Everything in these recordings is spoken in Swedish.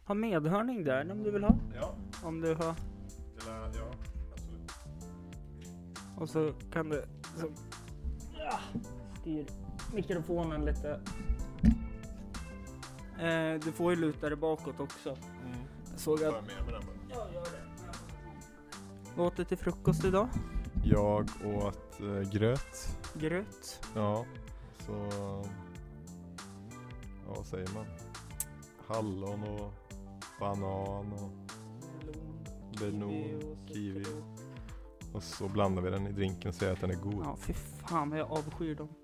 ha medhörning där om du vill ha. Ja. Om du har. Eller, ja, absolut. Och så kan du så, styr mikrofonen lite. Du får ju luta dig bakåt också. Jag såg Tar att... jag med mig den bara. Ja, gör det. Vad åt du till frukost idag? Jag åt gröt. Gröt. Ja. Så... Ja, vad säger man? Hallon och banan och melon, kiwi. Och så blandar vi den i drinken och säger att den är god. Ja, fy fan vad jag avskyr dem.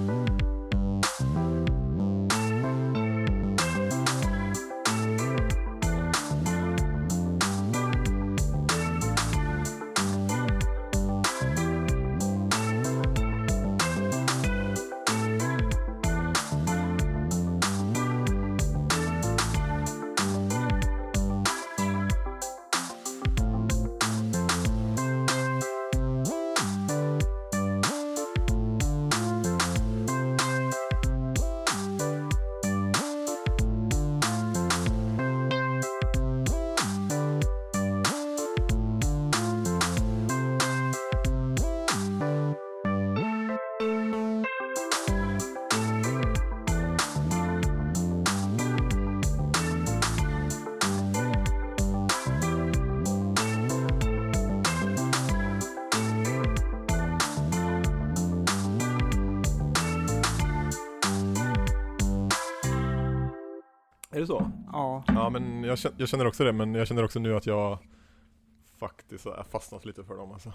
Är det så? Ja. Ja, men jag känner också det. Men jag känner också nu att jag faktiskt har fastnat lite för dem. Alltså.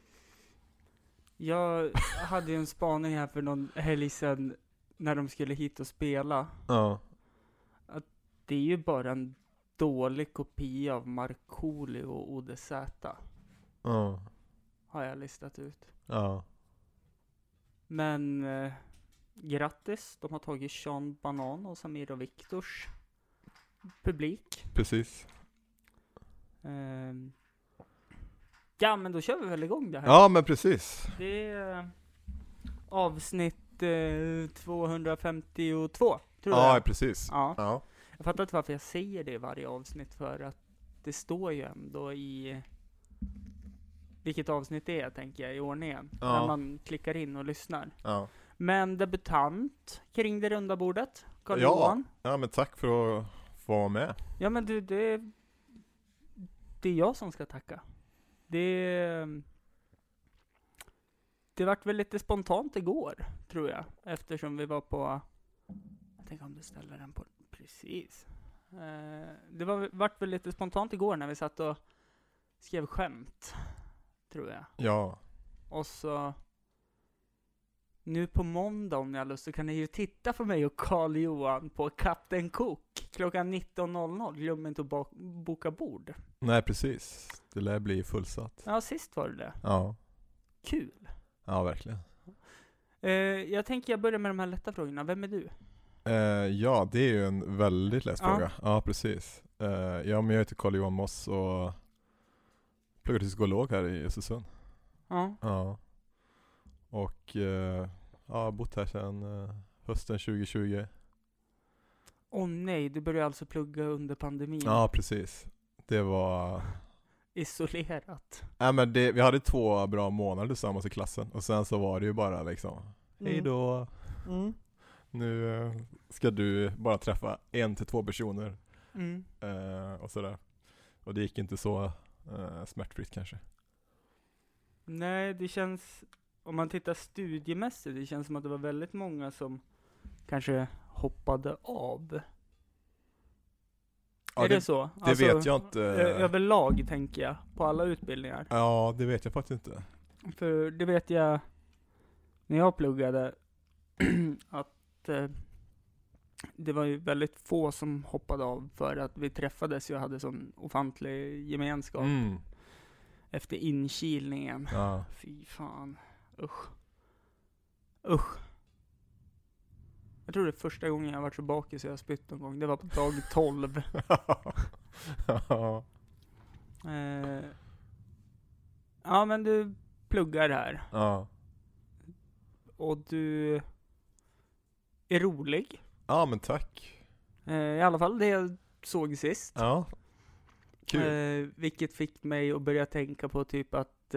Jag hade ju en spaning här för någon helg sedan när de skulle hit och spela. Ja. Att det är ju bara en dålig kopia av Markoolio och ODZ. Ja. Har jag listat ut. Ja. Men grattis, de har tagit Sean Banan och Samir och Viktors publik. Precis. Ja, men då kör vi väl igång det här. Ja, men precis. Det är avsnitt 252, tror jag. Ja, precis. Ja. Ja. Jag fattar inte varför jag säger det i varje avsnitt, för att det står ju ändå i vilket avsnitt det är, tänker jag, i ordningen. Ja. När man klickar in och lyssnar. Ja. Men debutant kring det runda bordet, Carl Ja. Johan. Ja, men tack för att få vara med. Ja, men du, det är jag som ska tacka. Det vart väl lite spontant igår, tror jag. Eftersom vi var på... Jag tänker om du ställer den på... Precis. Det vart väl lite spontant igår när vi satt och skrev skämt, tror jag. Ja. Och så... Nu på måndag, om ni har lust, så kan ni ju titta på mig och Carl Johan på Kapten Cook klockan 19.00. Glöm inte att boka bord. Nej, precis. Det lär bli fullsatt. Ja, sist var det. Ja. Kul. Ja, verkligen. Jag tänker jag börjar med de här lätta frågorna. Vem är du? Ja, det är ju en väldigt lätt Ja. fråga. Ja, precis. Ja, men jag heter Carl Johan Moss och pluggar till psykolog här i Östersund. Ja. Ja. Och ja, jag har bott här sedan hösten 2020. Åh nej, du började alltså plugga under pandemin. Ja, precis. Det var... Isolerat. Ja, men vi hade 2 bra månader tillsammans i klassen. Och sen så var det ju bara liksom, hej då. Mm. Nu ska du bara träffa 1 till 2 personer. Mm. Och sådär. Och det gick inte så smärtfritt kanske. Nej, det känns... Om man tittar studiemässigt, det känns som att det var väldigt många som kanske hoppade av. Ja, är det så? Det vet jag inte. Överlag tänker jag, på alla utbildningar. Ja, det vet jag faktiskt inte. För det vet jag när jag pluggade att det var ju väldigt få som hoppade av för att vi träffades och hade sån ofantlig gemenskap efter inkilningen. Ja. Fy fan. Usch. Jag tror det är första gången jag har varit så bakis så jag har spytt någon gång. Det var på dag 12. Ja, men du pluggar här. Ja. Och du är rolig. Ja, men tack. I alla fall det såg sist. Ja. Kul. Vilket fick mig att börja tänka på typ att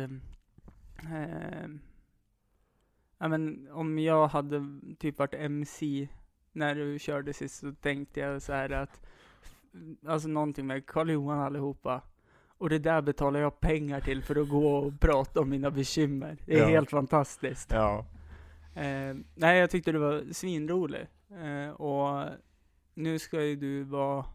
ja, men om jag hade typ varit MC när du körde sist, så tänkte jag så här att alltså någonting med Karl-Johan allihopa, och det där betalar jag pengar till för att gå och prata om mina bekymmer. Det är helt fantastiskt. Ja. Nej, jag tyckte det var svinroligt. Och nu ska ju du vara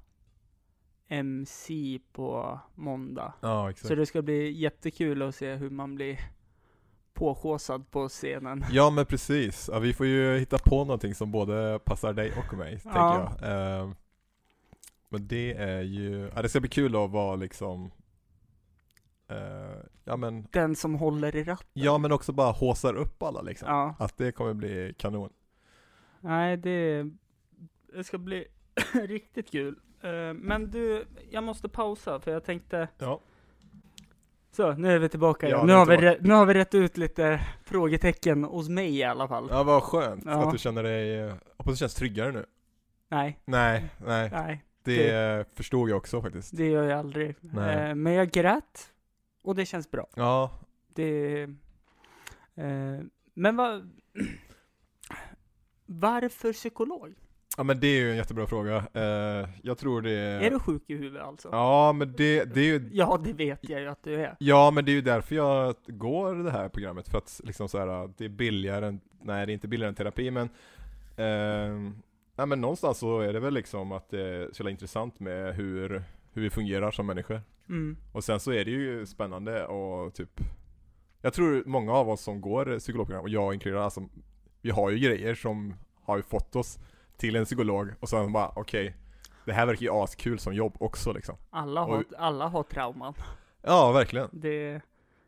MC på måndag. Ja, exakt. Så det ska bli jättekul att se hur man blir påskåsad på scenen. Ja, men precis. Ja, vi får ju hitta på någonting som både passar dig och mig, tänker jag. Men det är ju... Ja, det ska bli kul att vara liksom... ja, men... Den som håller i ratten. Ja, men också bara håsar upp alla liksom. Ja. Att det kommer bli kanon. Nej, det ska bli riktigt kul. Men du, jag måste pausa för jag tänkte... Ja. Så, nu är vi tillbaka. Ja, nu har vi rätt ut lite frågetecken hos mig i alla fall. Ja, vad skönt Ja. att du känner dig... Hoppas du känns tryggare nu. Nej. Nej. Det förstod jag också faktiskt. Det gör jag aldrig. Nej. Men jag grät. Och det känns bra. Ja. Men varför psykolog? Ja, men det är ju en jättebra fråga. Jag tror det Är du sjuk i huvudet alltså? Ja, men det är ju... Ja, det vet jag ju att du är. Ja, men det är ju därför jag går det här programmet. För att liksom så här, det är billigare än... Nej, det är inte billigare än terapi, men... ja, men någonstans så är det väl liksom att det är så intressant med hur vi fungerar som människor. Mm. Och sen så är det ju spännande och typ... Jag tror många av oss som går psykologprogram, och jag inkluderar, alltså, vi har ju grejer som har ju fått oss till en psykolog, och sen bara okej, det här verkar ju askul som jobb också liksom. Alla har trauman. Ja, verkligen. Det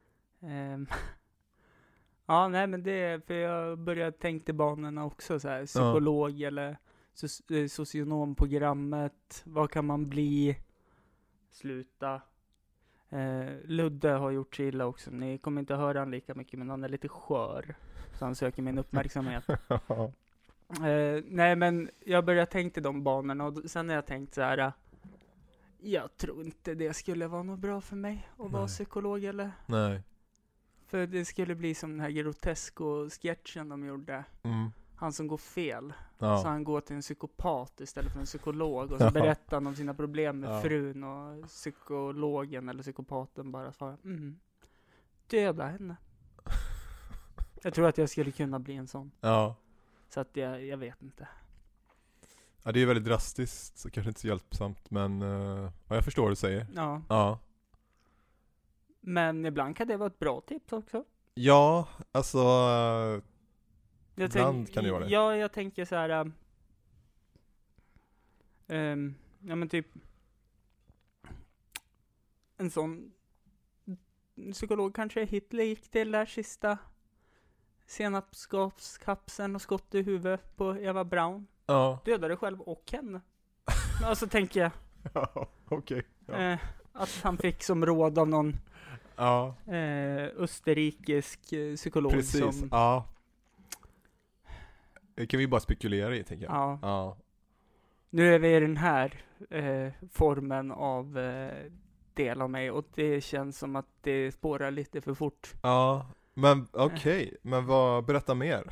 ja, nej, men det, för jag började tänka i banorna också så här, psykolog eller socionomprogrammet, vad kan man bli? Sluta. Ludde har gjort sig illa också. Ni kommer inte höra han lika mycket, men han är lite skör, så han söker min uppmärksamhet. Nej, men jag började tänka i de banorna, och sen har jag tänkt så här: jag tror inte det skulle vara något bra för mig att vara psykolog, eller? Nej. För det skulle bli som den här Grotesco-sketchen de gjorde. Han som går fel. Så han går till en psykopat istället för en psykolog. Och så berättar han om sina problem med frun. Och psykologen eller psykopaten bara svarar: döda henne. Jag tror att jag skulle kunna bli en sån. Ja. Så att jag vet inte. Ja, det är väldigt drastiskt, så kanske inte så hjälpsamt, men ja, jag förstår vad du säger. Ja. Men ibland kan det vara ett bra tips också. Ja, alltså ibland kan det vara det. Ja, jag tänker så här. Ja, men typ en sån psykolog kanske Hitler gick till där sista senapskapskapseln och skott i huvudet på Eva Braun. Ja. Dödade själv och henne. Men så tänker jag. Ja, okej. Ja. Att han fick som råd av någon österrikisk psykolog. Precis, som... ja. Det kan vi bara spekulera i, tänker jag. Ja. Nu är vi i den här formen av del av mig, och det känns som att det spårar lite för fort. Ja, men okej. Men berätta mer.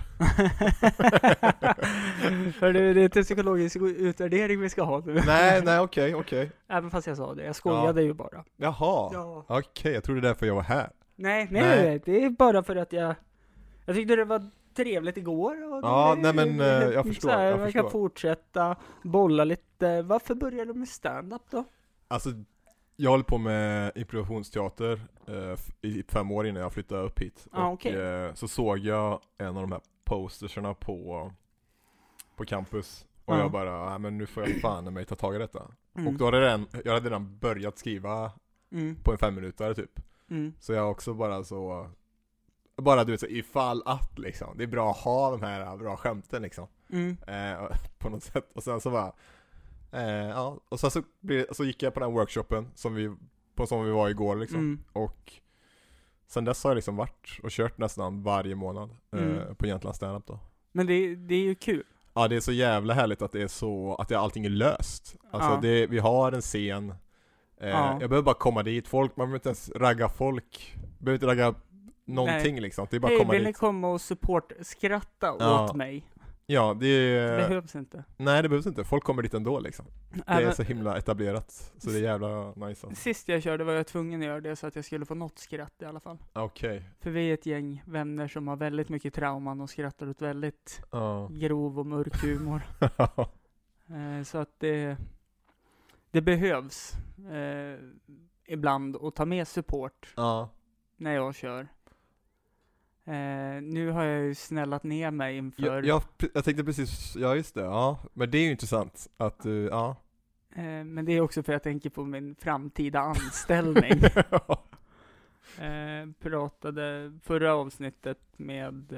För det är inte psykologisk utvärdering vi ska ha nu. Nej, okej. Även fast jag sa det, jag skojade ju bara. Jaha, ja. Okej, jag trodde det därför jag var här. Nej, det är bara för att jag tyckte det var trevligt igår. Och jag förstår. Man kan fortsätta bolla lite. Varför började du med stand-up då? Alltså, jag håller på med improvisationsteater i 5 år innan jag flyttade upp hit. Och så såg jag en av de här posterserna på campus. Och jag bara, men nu får jag fan mig ta tag i detta. Och då hade jag hade redan börjat skriva på en 5-minutare typ. Så jag också bara du vet, så ifall att liksom, det är bra att ha de här bra skämten liksom. På något sätt. Och sen så bara och sen så gick jag på den här workshopen som vi var igår liksom. Och sen dess har jag liksom varit och kört nästan varje månad på Jämtland stand-up då. Men det är ju kul. Ja, det är så jävla härligt att det är så, att allting är löst. Alltså vi har en scen. Jag behöver bara komma dit. Man behöver inte ens ragga folk. Behöver inte ragga någonting liksom. Det är bara komma vill dit. ni komma och skratta åt mig? Ja, det behövs inte. Nej, det behövs inte. Folk kommer dit ändå liksom. Det är så himla etablerat. Så det är jävla nice. Alltså. Sist jag körde var jag tvungen att göra det så att jag skulle få något skratt i alla fall. Okej. För vi är ett gäng vänner som har väldigt mycket trauman och skrattar åt väldigt grov och mörk humor. Så att det behövs ibland att ta med support när jag kör. Nu har jag ju snällat ner mig inför... Jag tänkte precis, just det, men det är ju intressant att men det är också för att jag tänker på min framtida anställning. Pratade förra avsnittet med...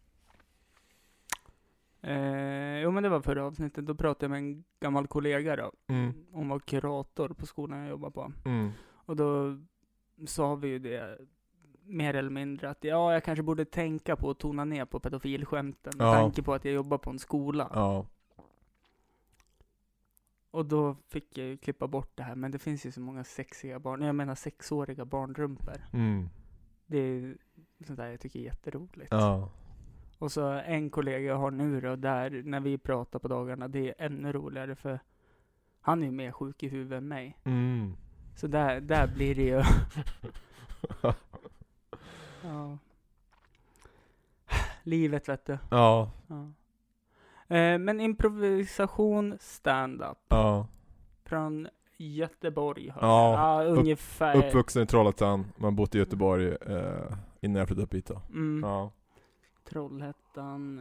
men det var förra avsnittet, då pratade jag med en gammal kollega då. Hon var kurator på skolan jag jobbar på. Och då sa vi ju det mer eller mindre att jag kanske borde tänka på att tona ner på pedofilskämten med tanke på att jag jobbar på en skola. Och då fick jag ju klippa bort det här, men det finns ju så många sexiga barn, jag menar 6-åriga barnrumpor. Det är sånt där jag tycker är jätteroligt. Och så en kollega jag har nu då, där när vi pratar på dagarna, det är ännu roligare för han är ju mer sjuk i huvudet än mig. Så där blir det ju livet, vet du. Men improvisation stand-up från Göteborg ungefär. Uppvuxen i Trollhättan, man bott i Göteborg innan jag flyttade upp hit då. Trollhättan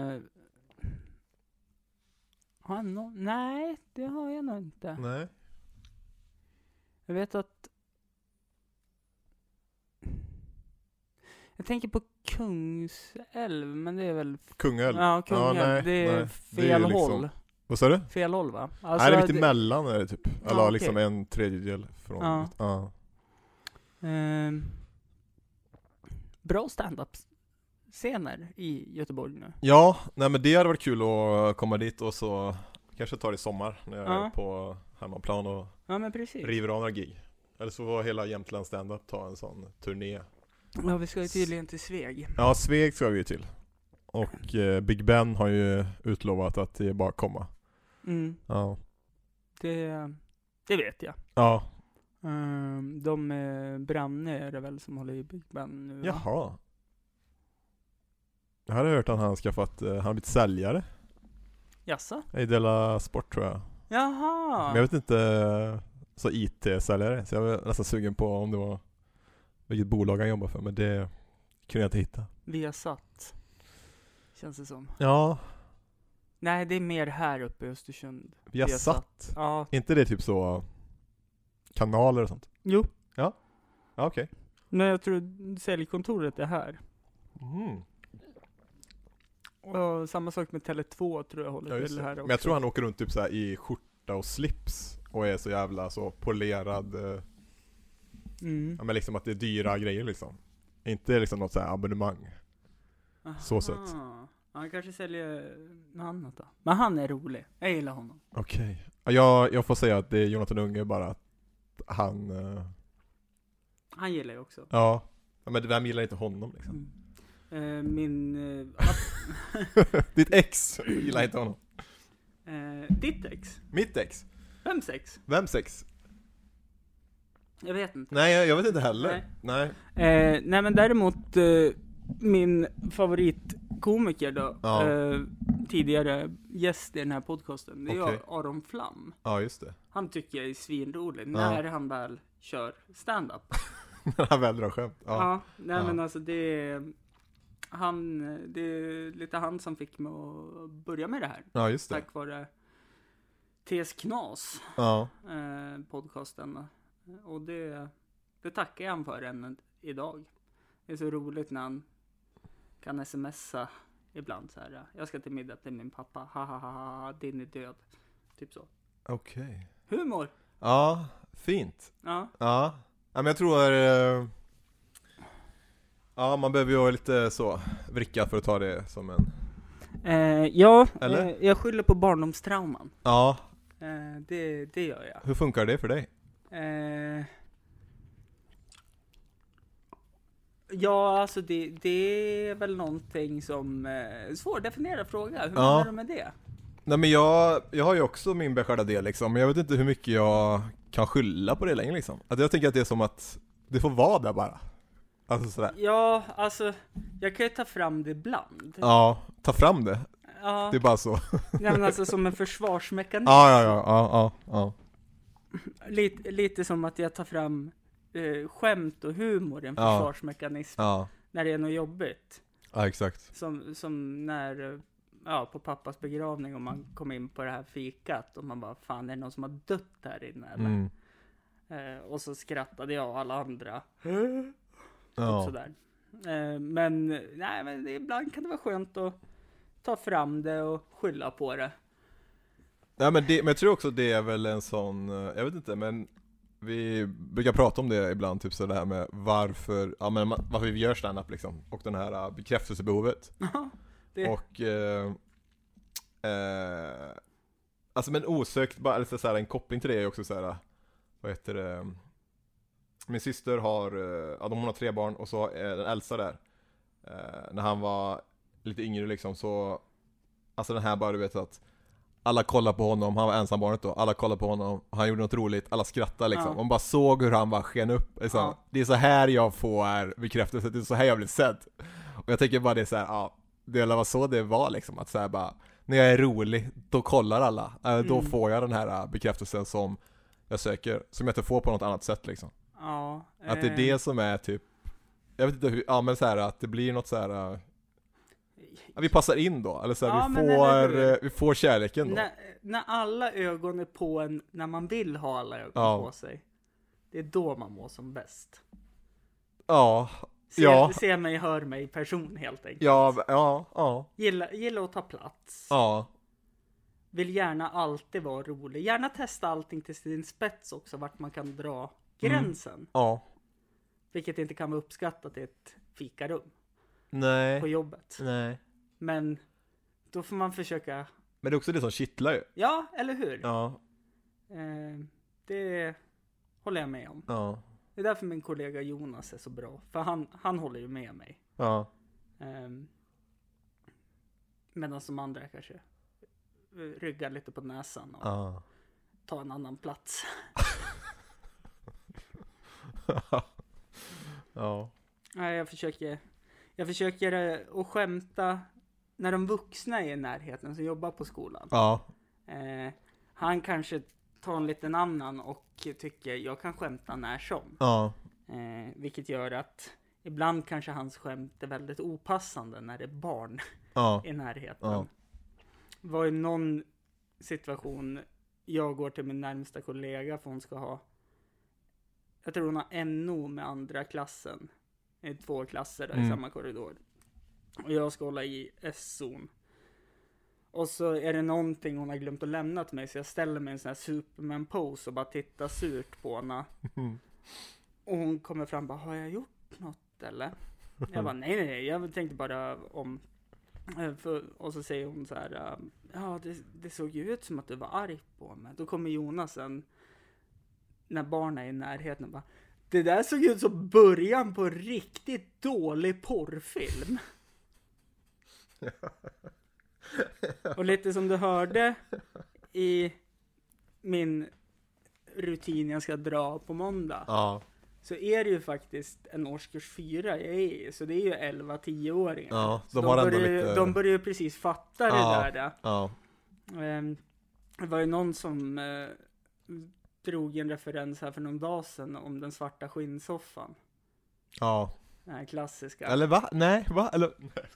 nej, det har jag nog inte. Nej. Jag vet att jag tänker på Kungsälv, men det är väl... Kungälv? Ja, Kungälv. Det är fel håll. Liksom... Vad sa du? Fel håll, va? Alltså, nej, det är mitt emellan är det typ. Eller liksom en tredjedel från... Bra stand-up-scener i Göteborg nu. Ja, nej men det hade varit kul att komma dit och så kanske ta det i sommar när jag är på hemmaplan och river av några gig. Eller så var hela Jämtland stand-up ta en sån turné. Ja, vi ska ju tydligen till Sveg. Ja, Sveg ska vi ju till. Och Big Ben har ju utlovat att det bara komma. Ja. Det vet jag. Ja. De Branne är det väl som håller i Big Ben nu. Jaha. Jag hade hört att han har blivit säljare. Jaså? I Dela Sport tror jag. Jaha. Men jag vet inte, så IT-säljare. Så jag var nästan sugen på om det var vilket bolag han jobbar för, men det kunde jag inte hitta. Viasat, känns det som. Ja. Nej, det är mer här uppe i Östersund. Viasat? Ja. Inte det typ så kanaler och sånt? Jo. Ja, okej. Men jag tror säljkontoret är här. Och samma sak med Tele2 tror jag håller till här också. Men jag tror han åker runt typ så här i skjorta och slips och är så jävla så polerad. Ja, men liksom att det är dyra grejer liksom. Inte liksom något så här abonnemang. Så sett. Han kanske säljer något annat då. Men han är rolig. Jag gillar honom. Okej. Jag får säga att det är Jonathan Unge bara att han gillar jag också. Ja. Men vem gillar inte honom liksom? Ditt ex gillar inte honom. Ditt ex? Mitt ex? Vems ex? Jag vet inte. Nej, jag vet inte heller. Nej. Nej, men däremot min favoritkomiker då, tidigare gäst i den här podcasten, det är Aron Flam. Ja, just det. Han tycker jag är svinrolig när han väl kör stand-up. Han väl drar skämt. Men alltså det är lite han som fick mig att börja med det här. Ja, just det. Tack vare TS Knas podcasten. Och det tackar jag han för än idag. Det är så roligt när han kan smsa ibland så här: jag ska till middag till min pappa. Ha, din är död. Typ så. Okej. Humor. Ja, fint. Ja. Men jag tror man behöver ju lite så vricka för att ta det som en Ja, Eller? Jag skyller på barndomstrauman. Ja. Det gör jag. Hur funkar det för dig? Ja, alltså det är väl någonting som svårdefinierad fråga. Hur menar du med det? Nej, men jag har ju också min beskärda del liksom, men jag vet inte hur mycket jag kan skylla på det längre liksom. Att jag tänker att det är som att det får vara där bara. Alltså sådär. Ja, alltså jag kan ju ta fram det ibland. Ja, ta fram det. Ja. Det är bara så. Ja, men alltså som en försvarsmekanism. Ja. Lite som att jag tar fram skämt och humor i en försvarsmekanism. Ja. När det är något jobbigt. Ja, exakt. Som när, på pappas begravning och man kom in på det här fikat och man bara, fan, är det någon som har dött här inne eller? Och så skrattade jag och alla andra. Ja. Sådär. Men ibland kan det vara skönt att ta fram det och skylla på det. Ja, men jag tror också det är väl en sån, jag vet inte, men vi brukar prata om det ibland, typ så det här med varför vi gör stand-up liksom, och den här bekräftelsebehovet. Och alltså men osökt bara, eller så här, en koppling till det är också så här, vad heter det, min syster har hon har 3 barn, och så den äldsta där, när han var lite yngre liksom, så alltså den här bara, du vet att alla kollar på honom, han var ensambarnet då, alla kollar på honom, han gjorde något roligt, alla skrattar liksom. Man bara såg hur han bara sken upp liksom. Det är så här jag får bekräftelse, det är så här jag blir sedd. Och jag tänker bara det är så här, det var så det var liksom, att så här bara, när jag är rolig, då kollar alla, då får jag den här bekräftelsen som jag söker, som jag inte får på något annat sätt liksom. Att det är det som är typ, jag vet inte hur, men så här att det blir något så här, vi passar in då, eller så här, vi får kärleken då. När alla ögon är på en, när man vill ha alla ögon på sig, det är då man mår som bäst. Se mig, hör mig, person helt enkelt. Gilla att ta plats. Vill gärna alltid vara rolig. Gärna testa allting till sin spets också, vart man kan dra gränsen. Vilket inte kan vara uppskattat i ett fikarum. Nej. På jobbet. Nej. Men då får man försöka. Men det är också det som kittlar ju. Ja, eller hur? Ja. Det håller jag med om. Ja. Det är därför min kollega Jonas är så bra. För han håller ju med mig. Ja. Medan de andra kanske ryggar lite på näsan och tar en annan plats. Ja. Nej, jag försöker att skämta när de vuxna är i närheten som jobbar på skolan. Han kanske tar en liten annan och tycker jag kan skämta när som. Vilket gör att ibland kanske hans skämt är väldigt opassande när det är barn i närheten. Var ju någon situation, jag går till min närmsta kollega för hon ska ha, jag tror hon har NO med andra klassen. Det är 2 klasser där i samma korridor. Och jag ska hålla i S-zon. Och så är det någonting hon har glömt att lämna till mig. Så jag ställer mig en sån här Superman-pose och bara tittar surt på henne. Och hon kommer fram och bara, har jag gjort något eller? Jag bara, nej, jag tänkte bara om. Och så säger hon så här, det såg ju ut som att du var arg på mig. Då kommer Jonas sen, när barnen är i närheten och bara, det där såg ut som början på riktigt dålig porrfilm. Och lite som du hörde i min rutin jag ska dra på måndag. Så är det ju faktiskt en årskurs 4 jag är i. Så det är ju 11-10-åringar. De börjar ju precis fatta det där. Det var ju någon som drog en referens här för någon dag sedan om den svarta skinnsoffan. Den här klassiska. Eller va? Nej, va? Eller...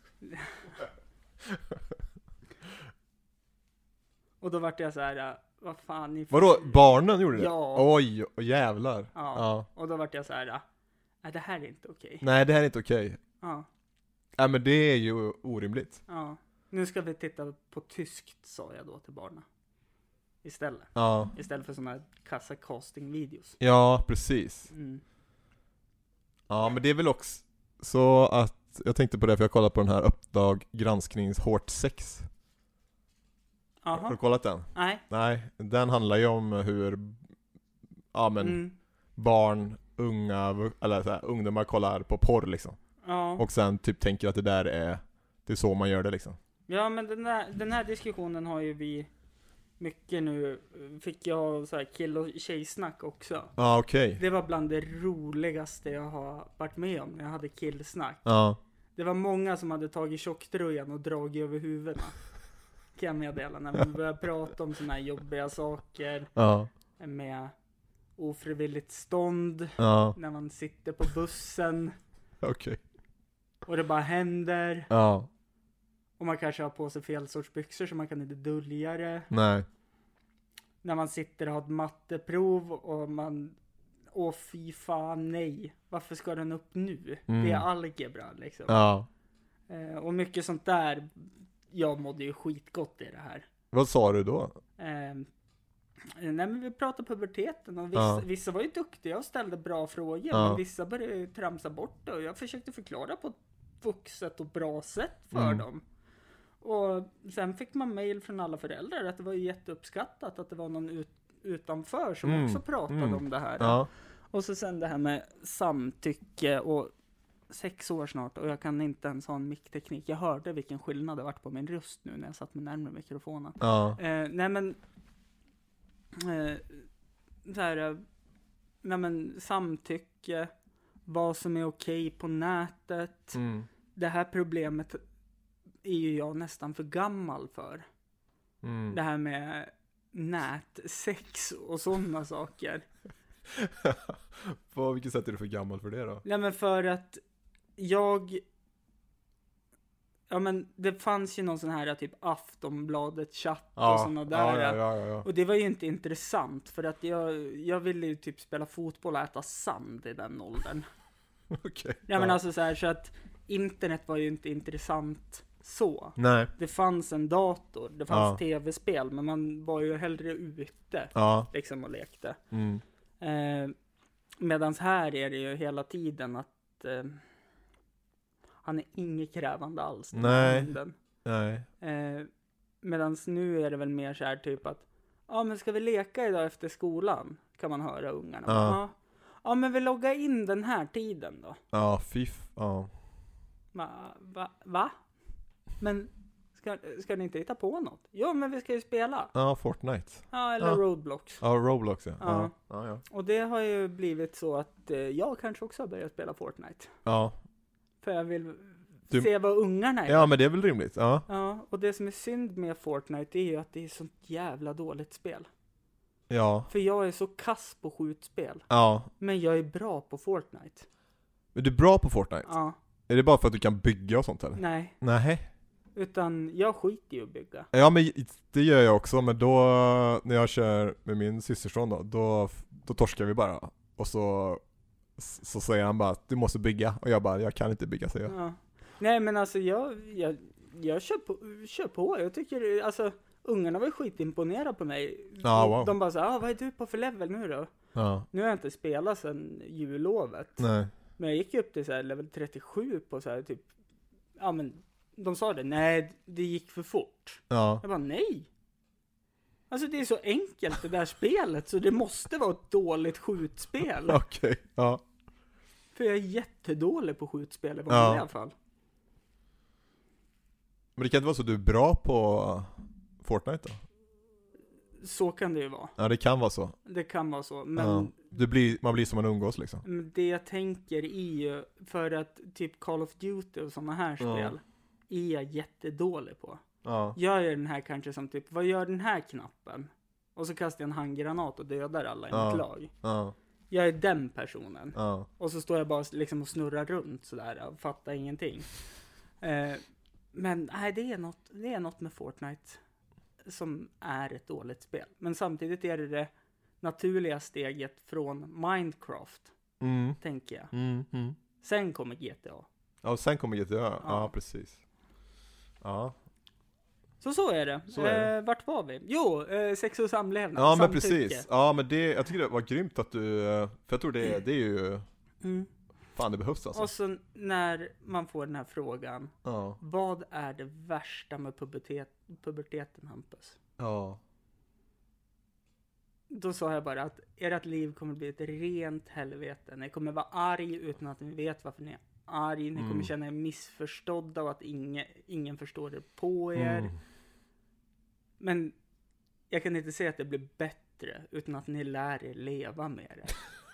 Och då vart jag så här, vad fan ni... Vadå, barnen gjorde det? Ja. Oj, jävlar. Ja. Och då vart jag så här, nej det här är inte okej. Nej, det här är inte okej. Ja. Nej, men det är ju orimligt. Ja. Nu ska vi titta på tyskt, sa jag då till barnen. Istället. Istället för såna här kassa casting-videos. Ja, precis. Ja, men det är väl också så att jag tänkte på det för jag kollade på den här Uppdrag gransknings Hårt 6. Aha. Har du kollat den? Nej, den handlar ju om hur barn, unga eller så här, ungdomar kollar på porr liksom. Ja. Och sen typ tänker att det är så man gör det liksom. Ja, men den här diskussionen har ju vi mycket nu. Fick jag så här kill- och tjejsnack också. Ja, okej. Det var bland det roligaste jag har varit med om när jag hade killsnack. Ja. Det var många som hade tagit tjocktröjan och dragit över huvudena. Kan jag meddela när vi började prata om såna här jobbiga saker. Ja. Med ofrivilligt stånd. Ja. När man sitter på bussen. Okej. Och det bara händer. Ja. Och man kanske har på sig fel sorts byxor så man kan inte dölja det. Nej. När man sitter och har ett matteprov och man... Åh fy fan, nej. Varför ska den upp nu? Det är algebra liksom. Ja. Och mycket sånt där. Jag mådde ju skitgott i det här. Vad sa du då? Nej, men vi pratade puberteten och vissa var ju duktiga och ställde bra frågor. Men vissa började tramsa bort det och jag försökte förklara på ett vuxet och bra sätt för dem. Och sen fick man mejl från alla föräldrar att det var jätteuppskattat att det var någon utanför som också pratade om det här. Ja. Och så sen det här med samtycke och 6 år snart och jag kan inte ens ha en mickteknik. Jag hörde vilken skillnad det varit på min röst nu när jag satt med närmare mikrofonen. Ja. Nej men så här, nej men samtycke, vad som är okej på nätet. Det här problemet är ju jag nästan för gammal för. Det här med nätsex och sådana saker. På vilket sätt är du för gammal för det då? Nej men för att ja men det fanns ju någon sån här typ Aftonbladet chatt och såna där. Ja. Och det var ju inte intressant för att jag ville ju typ spela fotboll och äta sand i den åldern. Okej. Ja men alltså så här så att internet var ju inte intressant så. Nej. Det fanns en dator, det fanns tv-spel men man var ju hellre ute liksom och lekte. Medans här är det ju hela tiden att han är inget krävande alls. Nej. Medans nu är det väl mer så här typ att men ska vi leka idag efter skolan? Kan man höra ungarna. Ja men vi loggar in den här tiden då. Ja, Va? Men ska ni inte hitta på något? Jo, men vi ska ju spela. Ja, Fortnite. Ja, eller Roblox. Ja, Roblox ja. Och det har ju blivit så att jag kanske också har börjat spela Fortnite. Ja. För jag vill se vad ungarna är. Ja, men det är väl rimligt. Ja, och det som är synd med Fortnite är ju att det är sånt jävla dåligt spel. Ja. För jag är så kass på skjutspel. Ja. Men jag är bra på Fortnite. Men du är bra på Fortnite? Ja. Är det bara för att du kan bygga och sånt eller? Nej. Utan jag skiter ju att bygga. Ja men det gör jag också, men då när jag kör med min systerson då torskar vi bara. Och så säger han bara att du måste bygga. Och jag bara, jag kan inte bygga, säger jag. Ja. Nej men alltså jag kör på. Jag tycker, alltså ungarna var skitimponerade på mig. Wow. De bara så vad är du på för level nu då? Ja. Nu har jag inte spelat sedan jullovet. Nej. Men jag gick upp till så här level 37 på så här typ, men de sa nej, det gick för fort. Ja. Jag bara, nej. Alltså det är så enkelt det där spelet så det måste vara ett dåligt skjutspel. Okej, ja. För jag är jättedålig på skjutspel i vanliga fall. Men det kan inte vara så att du är bra på Fortnite då? Så kan det ju vara. Ja, det kan vara så. Det kan vara så, men man blir som man umgås liksom. Det jag tänker är ju för att typ Call of Duty och såna här spel är jag jättedålig på. Ja. Jag gör den här kanske som typ, vad gör den här knappen? Och så kastar jag en handgranat och dödar alla i mitt lag. Ja. Jag är den personen. Ja. Och så står jag bara liksom och snurrar runt sådär och fattar ingenting. Men nej, det är något med Fortnite som är ett dåligt spel. Men samtidigt är det naturliga steget från Minecraft, tänker jag. Sen kommer GTA. Ja, sen kommer GTA. Ja, precis. Ja. Så är det. Så är det. Vart var vi? Jo, sex och samlevnad. Ja, men samtycke. precis. Ja, men jag tycker det var grymt att du... För jag tror det är ju... Fan, det behövs alltså. Och så när man får den här frågan. Ja. Vad är det värsta med puberteten, Hampus? Ja. Då sa jag bara att ert liv kommer bli ett rent helvete. Ni kommer vara arg utan att ni vet varför ni är arg. Ni kommer känna er missförstådda och att ingen förstår det på er. Men jag kan inte säga att det blir bättre utan att ni lär er leva med det.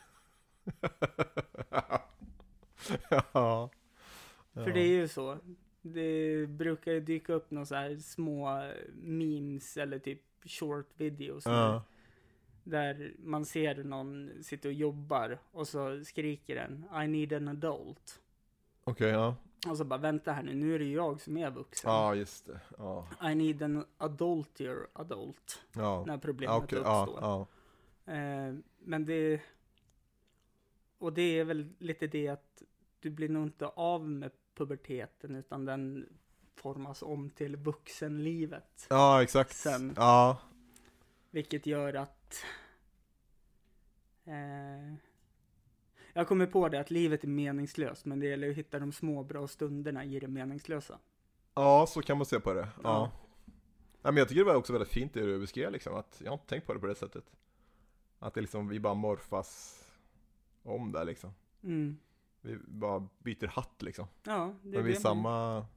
Ja. För det är ju så. Det brukar ju dyka upp några så här små memes eller typ short videos. Där man ser någon sitta och jobbar och så skriker den I need an adult. Okej, ja. Och så bara vänta här nu är det jag som är vuxen. Ja, just det. Ja. I need an adultier adult. Ja. När problemet uppstår. Men det... Och det är väl lite det att du blir nog inte av med puberteten utan den formas om till vuxenlivet. Ja, exakt. Sen, ja. Vilket gör att jag kommer på det att livet är meningslöst men det gäller att hitta de små bra stunderna i det meningslösa. Ja, så kan man se på det. Ja. Ja, men jag tycker det var också väldigt fint det du beskrev liksom, att jag har inte tänkt på det på det sättet. Att det liksom, vi bara morfas om där liksom. Vi bara byter hatt liksom. Ja, det men vi är samma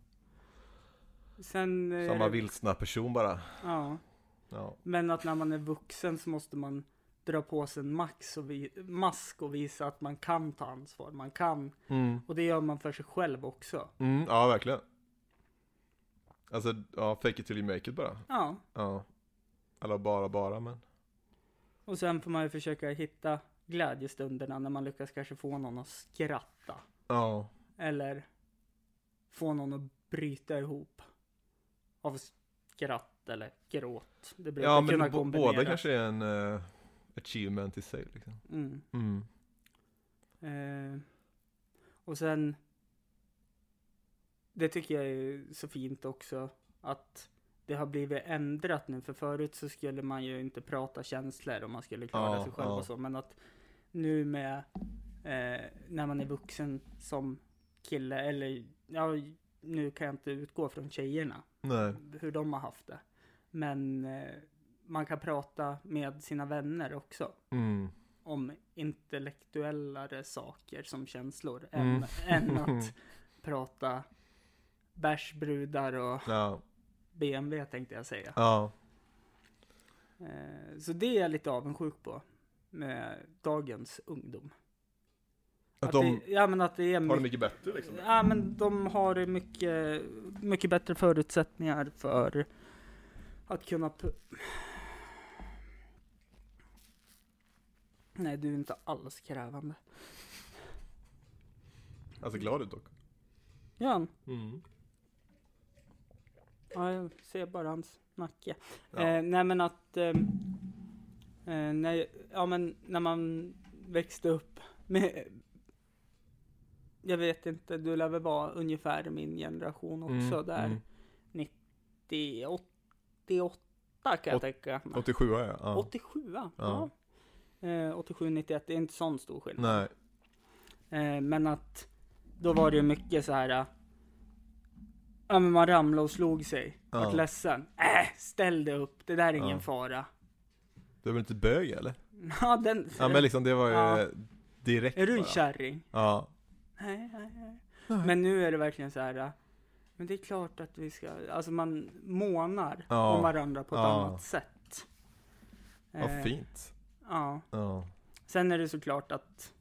vilsna person bara. Ja. Men att när man är vuxen så måste man dra på sig en mask och visa att man kan ta ansvar. Man kan. Och det gör man för sig själv också. Ja, verkligen. Alltså, fake it till you make it bara. Ja. Eller bara, men. Och sen får man ju försöka hitta glädjestunderna när man lyckas kanske få någon att skratta. Ja. Eller få någon att bryta ihop av skratt eller gråt. Det brukar kunna kombinera. Båda kanske är en achievement i sig liksom. Och sen det tycker jag är så fint också att det har blivit ändrat nu. För förut så skulle man ju inte prata känslor om man skulle klara sig själv och så. Men att nu med när man är vuxen som kille eller nu kan jag inte utgå från tjejerna. Nej. Hur de har haft det. Men man kan prata med sina vänner också. Om intellektuellare saker som känslor. Än att prata bärsbrudar och BMW tänkte jag säga. Så det är jag lite avundsjuk på med dagens ungdom. Att de att det är har det mycket bättre liksom. Ja, men de har mycket bättre förutsättningar för att kunna Nej, du är inte alls krävande. Alltså glad ut dock. Ja. Ja, jag ser bara hans nacke. Nej, men att när man växte upp med, jag vet inte, du lär väl vara ungefär min generation också där 88 kan jag tänka. 87 ja. 87 ja. 87-91 det är inte sån stor skillnad. Nej. Men att då var det mycket så här. Men man ramlade och slog sig. Vart ledsen. Ställ dig upp. Det där är ingen fara. Du är väl inte bög eller? Ja, men liksom det var ju direkt. Är du en kärring? Ja. Nej. Men nu är det verkligen så här. Men det är klart att vi ska, alltså man månar om varandra på ett annat sätt. Vad fint. Ja. Sen är det såklart att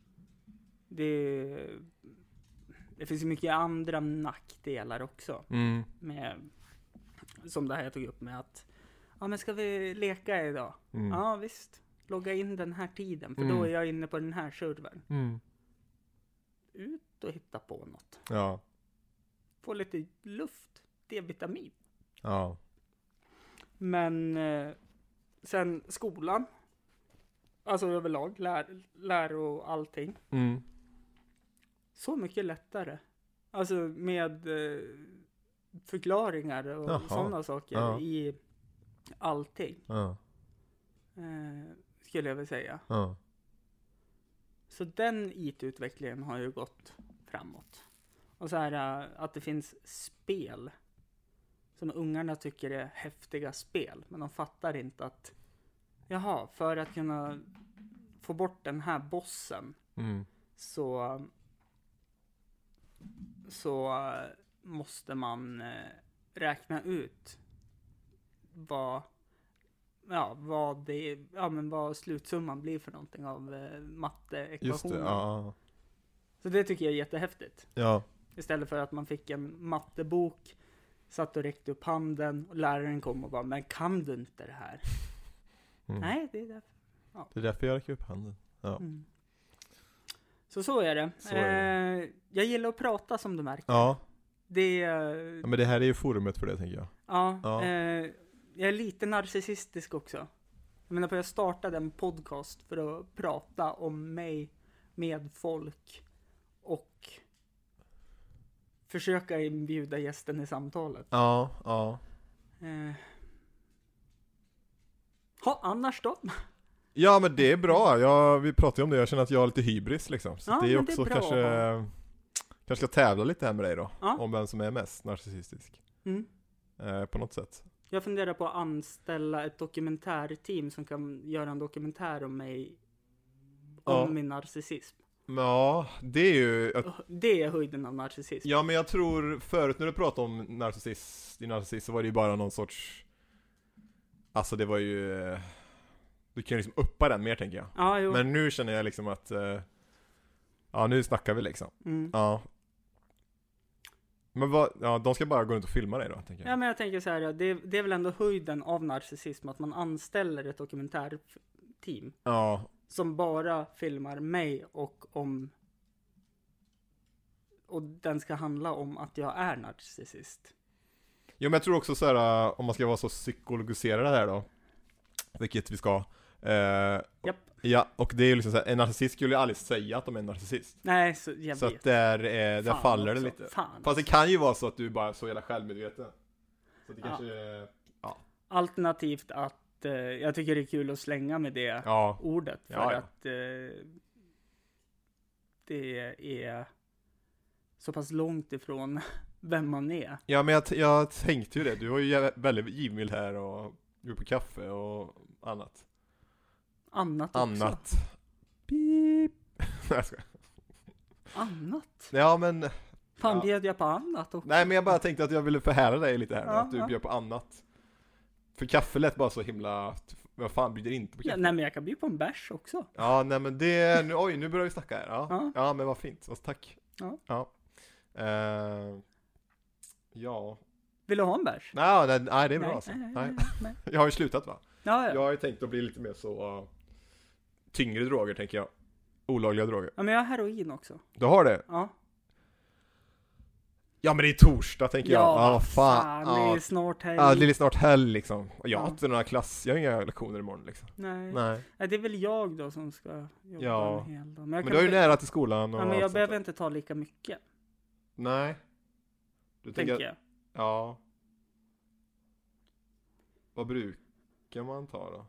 det finns ju mycket andra nackdelar också. Med, som det här jag tog upp med att men ska vi leka idag? Ja visst, logga in den här tiden för då är jag inne på den här servern. Ut och hitta på något. Ja. Få lite luft, D-vitamin. Ja. Men sen skolan, alltså överlag lär och allting. Så mycket lättare. Alltså med förklaringar och sådana saker i allting. Skulle jag väl säga. Så den IT-utvecklingen har ju gått framåt. Och så här att det finns spel som ungarna tycker är häftiga spel. Men de fattar inte att jaha, för att kunna få bort den här bossen så måste man räkna ut vad slutsumman blir för någonting av matteekvationen. Just det, ja. Så det tycker jag är jättehäftigt. Ja. Istället för att man fick en mattebok, satt och räckte upp handen och läraren kom och bara, men kan du inte det här? Nej, det är därför. Ja. Det är därför jag räcker upp handen. Ja. Så är det. Jag gillar att prata, som du märker. Ja. Men det här är ju forumet för det, tänker jag. Ja. Jag är lite narcissistisk också. Jag startade en podcast för att prata om mig med folk och försöka inbjuda gästen i samtalet. Ja. Annars då? Ja, men det är bra. Vi pratar ju om det. Jag känner att jag har lite hybris liksom. Så det är också det är kanske ska tävla lite här med dig då. Ja. Om vem som är mest narcissistisk. På något sätt. Jag funderar på att anställa ett dokumentärteam som kan göra en dokumentär om mig. Om min narcissism. Ja, det är ju... Det är höjden av narcissism. Ja, men jag tror förut när du pratade om din narcissism så var det ju bara någon sorts... Alltså det var ju... Du kan ju liksom uppa den mer, tänker jag. Ja, jo. Men nu känner jag liksom att... nu snackar vi liksom. Ja. Men de ska bara gå runt och filma dig då, tänker jag. Ja, men jag tänker så här, det är väl ändå höjden av narcissism att man anställer ett dokumentärteam. Ja. Som bara filmar mig och den ska handla om att jag är narcissist. Ja, men jag tror också så här, om man ska vara så psykologiserad här då, vilket vi ska. Japp. Ja, och det är ju liksom så här, en narcissist skulle ju aldrig säga att de är en narcissist. Nej, så jag så vet. Att där faller det lite. Fast det kan ju vara så att du bara är så jävla självmedveten. Så det kanske, Alternativt att jag tycker det är kul att slänga med det ordet. För att det är så pass långt ifrån vem man är. Ja, men jag tänkte ju det. Du var ju väldigt givmild här och du på kaffe och annat. Annat. Beep. Jag ska. Annat? Ja, men... Fan, bjöd jag på annat också? Nej, men jag bara tänkte att jag ville förhära dig lite här. Att du bjöd på annat. För kaffe lät bara så himla... Vad fan, bjuder inte på kaffe? Ja, nej, men jag kan bjuda på en bärs också. Ja, nej, men det... Nu börjar vi snacka här. Ja, men vad fint. Alltså, tack. Ja. Ja. Vill du ha en bärs? Nej, det är bra alltså. Nej. Jag har ju slutat, va? Ja. Jag har ju tänkt att bli lite mer så... tyngre droger, tänker jag. Olagliga droger. Ja, men jag har heroin också. Du har det? Ja. Ja, men det är torsdag, tänker jag. Ja, fan. Det är snart helg. Ja, det är snart helg liksom. Och jag har inte några jag har inga lektioner imorgon liksom. Nej. Det är väl jag då som ska jobba en hel dag. Men du är ju nära till skolan. Och men jag behöver inte ta lika mycket. Nej. Du tänker jag. Ja. Vad brukar man ta då?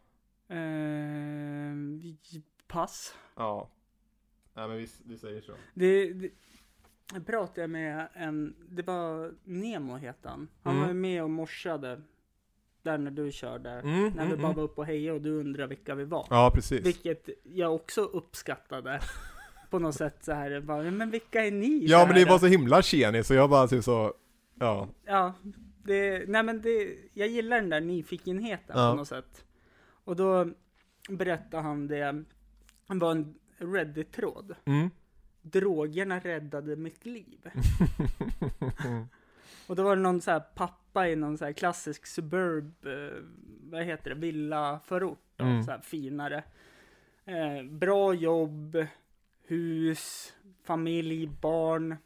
Pass. Ja. Nej, men vi säger så. Jag pratade med det var Nemo heter han. Han var ju med och morsade där när du körde. När vi bara var uppe och hejade och du undrade vilka vi var. Ja, precis. Vilket jag också uppskattade. På något sätt så här. Bara, men vilka är ni? Ja, men det var så himla tjenis så jag bara typ så... Ja. Ja. Jag gillar den där nyfikenheten på något sätt. Och då berättade han det. Han var en Reddit-tråd. Drogerna räddade mitt liv. Och då var det någon så här pappa i någon så här klassisk suburb, villaförort då, så här finare. Bra jobb, hus, familj, barn.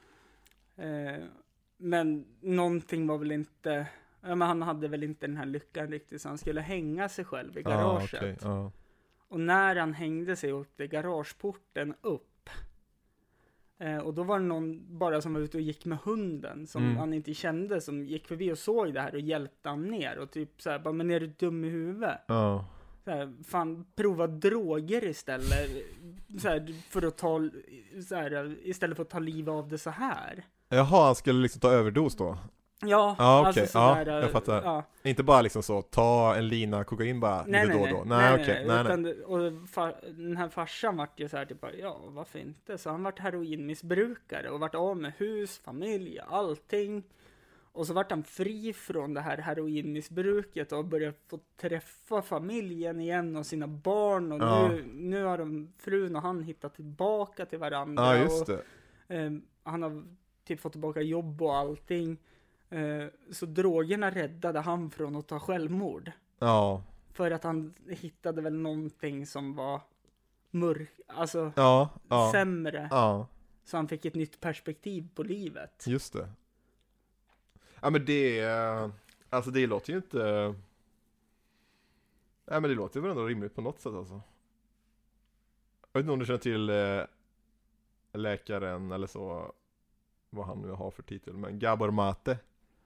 Men någonting var väl inte, men han hade väl inte den här lyckan riktigt, så han skulle hänga sig själv i garaget. Och när han hängde sig åkte garageporten upp. Och då var det någon bara som var ute och gick med hunden som han inte kände, som gick förbi och såg det här och hjälpte han ner och typ så här, bara, men är du dum i huvudet? fan, prova droger istället. För att ta, istället för att ta liv av det så här. Jaha, han skulle liksom ta överdos då? Ja, okej. alltså sådär, jag fattar. Ja. Inte bara liksom så, ta en lina kokain bara Nej. Nej. Den här farsan vart ju såhär typ, varför inte? Så han vart heroinmissbrukare och vart av med hus, familj, allting. Och så vart han fri från det här heroinmissbruket och började få träffa familjen igen och sina barn. Och nu har frun och han hittat tillbaka till varandra. Ja, just det. Och, han har typ fått tillbaka jobb och allting. Så drogerna räddade han från att ta självmord. Ja. För att han hittade väl någonting som var alltså sämre. Ja. Så han fick ett nytt perspektiv på livet. Just det. Ja, men alltså det låter ju inte... Ja, men det låter väl ändå rimligt på något sätt alltså. Jag vet inte om du känner till läkaren eller så, vad han nu har för titel, men Gabor Mate.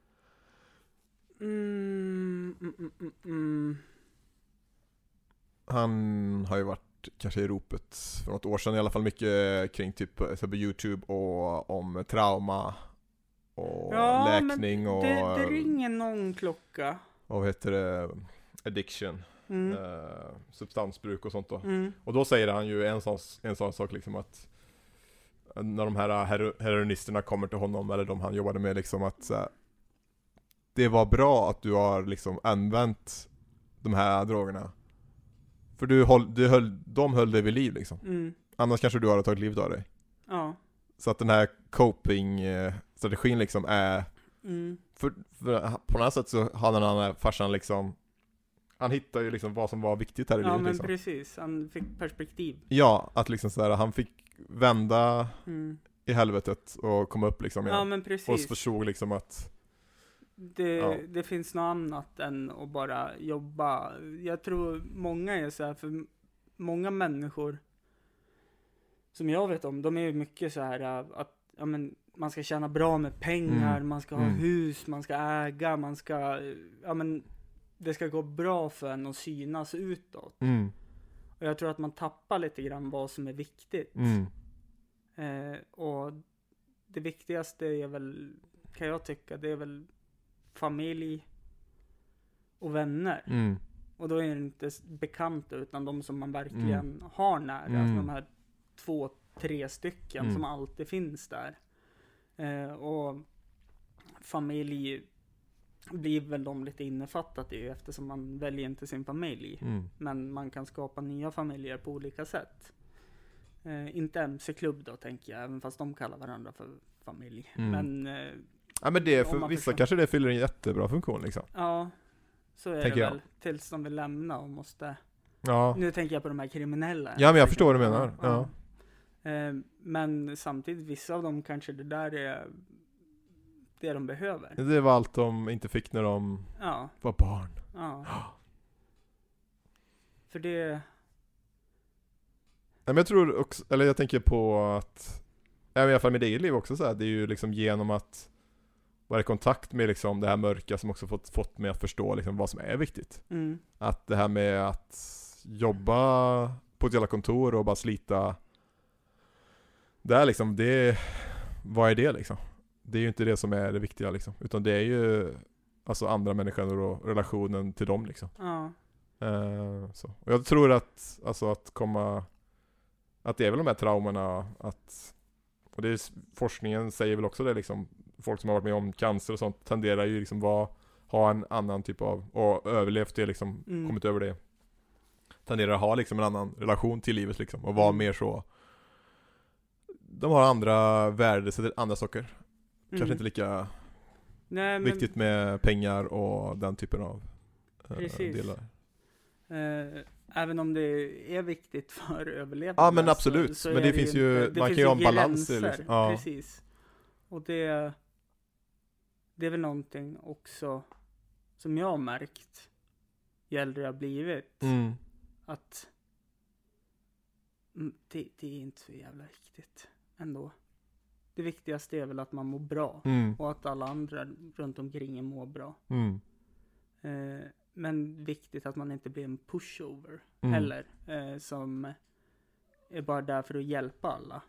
Han har ju varit kanske i ropet för något år sedan i alla fall, mycket kring typ på YouTube och om trauma och läkning och det ringer någon klocka. Och vad heter det? Addiction. Substansbruk och sånt då. Och då säger han ju en sån sak liksom, att när de här heroinisterna kommer till honom, eller de han jobbade med liksom, att det var bra att du har liksom använt de här drogerna. För de höll dig vid liv liksom. Annars kanske du hade tagit livet av dig. Ja. Så att den här coping-strategin liksom är... För på något sätt så hade den här farsan liksom... Han hittade ju liksom vad som var viktigt här i livet. Ja, men liksom. precis. Han fick perspektiv. Ja, att liksom sådär, han fick vända i helvetet och komma upp liksom igen. Ja, men precis. Och förstod liksom att... Det finns något annat än att bara jobba. Jag tror många är så här, för många människor som jag vet om, de är ju mycket så här att man ska tjäna bra med pengar, man ska ha hus, man ska äga, man ska det ska gå bra för en att synas utåt. Och jag tror att man tappar lite grann vad som är viktigt. Och det viktigaste är väl, kan jag tycka, det är väl familj och vänner. Och då är det inte bekanta, utan de som man verkligen har nära. Alltså de här 2-3 stycken som alltid finns där. Och familj blir väl de lite innefattat i, eftersom man väljer inte sin familj. Men man kan skapa nya familjer på olika sätt. Inte MC-klubb då, tänker jag, även fast de kallar varandra för familj. Men det för vissa kanske det fyller en jättebra funktion liksom. Ja, så är det väl. Tills de vill lämna och måste... Ja. Nu tänker jag på de här kriminella. Ja, men jag förstår vad du menar. Ja. Men samtidigt, vissa av dem kanske det där är det de behöver. Det var allt de inte fick när de var barn. Ja. För det... Men jag tror också, eller jag tänker på att i alla fall med eget liv också så här, det är ju liksom genom att vara i kontakt med liksom det här mörka som också fått mig att förstå liksom vad som är viktigt. Att det här med att jobba på ett jävla kontor och bara slita, det är liksom vad är det liksom? Det är ju inte det som är det viktiga liksom, utan det är ju alltså andra människor och relationen till dem liksom. Så. Och jag tror att alltså att det är väl de här traumorna, och det är, forskningen säger väl också det liksom, folk som har varit med om cancer och sånt tenderar ju liksom ha en annan typ av, och överlevt det liksom, kommit över det, tenderar att ha liksom en annan relation till livet liksom, och vara mer så, de har andra värden, så det är andra saker. Kanske inte lika viktigt med pengar och den typen av delar. Även om det är viktigt för överlevnad. Ja, men absolut. Så men det finns ju, man kan ju ha en balans i liksom. Ja. Precis. Och det är väl någonting också som jag har märkt ju äldre jag blivit. Att det är inte så jävla viktigt ändå. Det viktigaste är väl att man mår bra. Och att alla andra runt omkring mår bra. Men viktigt att man inte blir en pushover heller. Som är bara där för att hjälpa alla.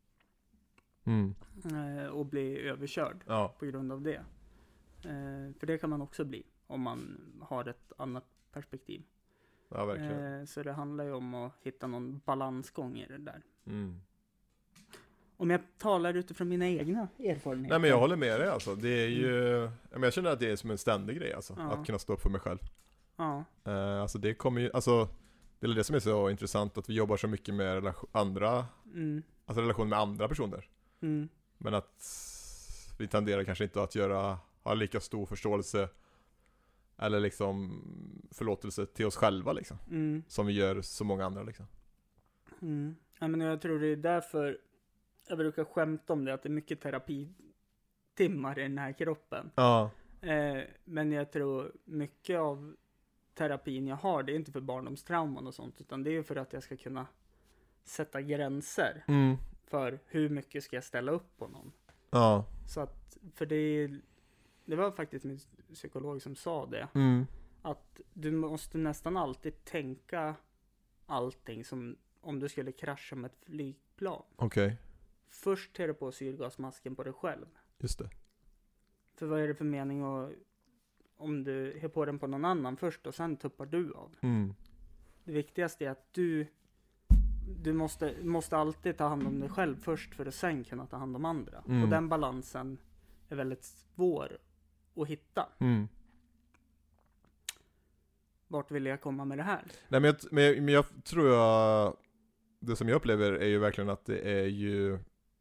Och bli överkörd på grund av det. För det kan man också bli om man har ett annat perspektiv. Ja, verkligen. Så det handlar ju om att hitta någon balansgång i det där. Om jag talar utifrån mina egna erfarenheter. Nej, men jag håller med dig alltså. Det är ju, jag känner att det är som en ständig grej alltså, att kunna stå upp för mig själv. Alltså det kommer ju, alltså det är det som är så intressant, att vi jobbar så mycket med alltså relation med andra personer. Men att vi tenderar kanske inte att ha lika stor förståelse eller liksom förlåtelse till oss själva liksom, som vi gör så många andra liksom. Ja, men jag tror det är därför jag brukar skämta om det, att det är mycket terapitimmar i den här kroppen. Men jag tror mycket av terapin jag har, det är inte för barndomstrauman och sånt, utan det är för att jag ska kunna sätta gränser för hur mycket ska jag ställa upp på någon. Så att, för det var faktiskt min psykolog som sa det, att du måste nästan alltid tänka allting som om du skulle krascha med ett flygplan. Först tar du på syrgasmasken på dig själv. Just det. För vad är det för mening om du har på den på någon annan först och sen tuppar du av? Det viktigaste är att du måste alltid ta hand om dig själv först för att sen kunna ta hand om andra. Och den balansen är väldigt svår att hitta. Vart vill jag komma med det här? Nej, men jag tror det som jag upplever är ju verkligen att det är ju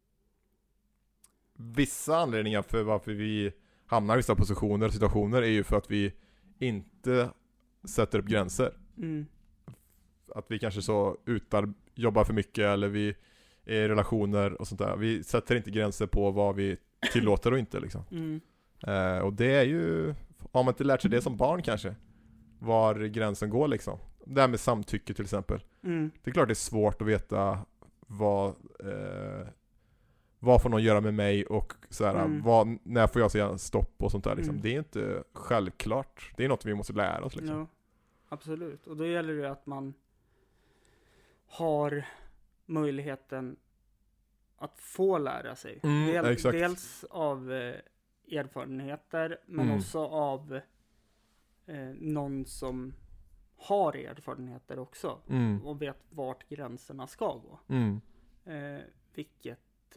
vissa anledningar för varför vi hamnar i vissa positioner och situationer är ju för att vi inte sätter upp gränser. Att vi kanske jobbar för mycket, eller vi är i relationer och sånt där. Vi sätter inte gränser på vad vi tillåter och inte liksom. Och det är ju, har man inte lärt sig det som barn kanske, var gränsen går liksom. Det här med samtycke till exempel. Det är klart det är svårt att veta vad får någon göra med mig och sådär, när får jag säga stopp och sånt där liksom. Det är inte självklart. Det är något vi måste lära oss liksom. Ja, absolut. Och då gäller det att man har möjligheten att få lära sig. Dels av erfarenheter, men också av någon som har erfarenheter också och vet vart gränserna ska gå. Vilket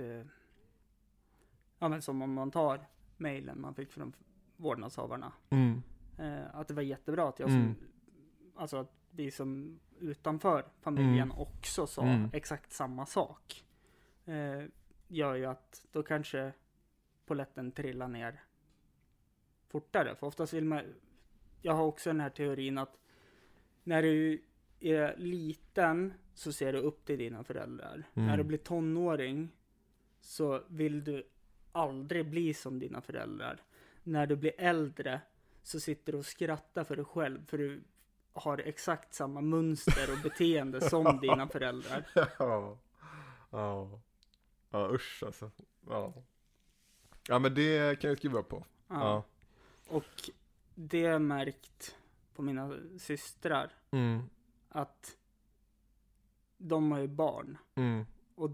men som om man tar mejlen man fick från vårdnadshavarna, att det var jättebra att alltså att vi som utanför familjen också sa exakt samma sak, gör ju att då kanske polletten trillar ner fortare. För oftast jag har också den här teorin att när du är liten så ser du upp till dina föräldrar. När du blir tonåring så vill du aldrig bli som dina föräldrar. När du blir äldre så sitter du och skrattar för dig själv, för du har exakt samma mönster och beteende som dina föräldrar. Ja, usch alltså. Ja, men det kan jag skriva på. Ja. Och det är märkt på mina systrar att de har ju barn. Och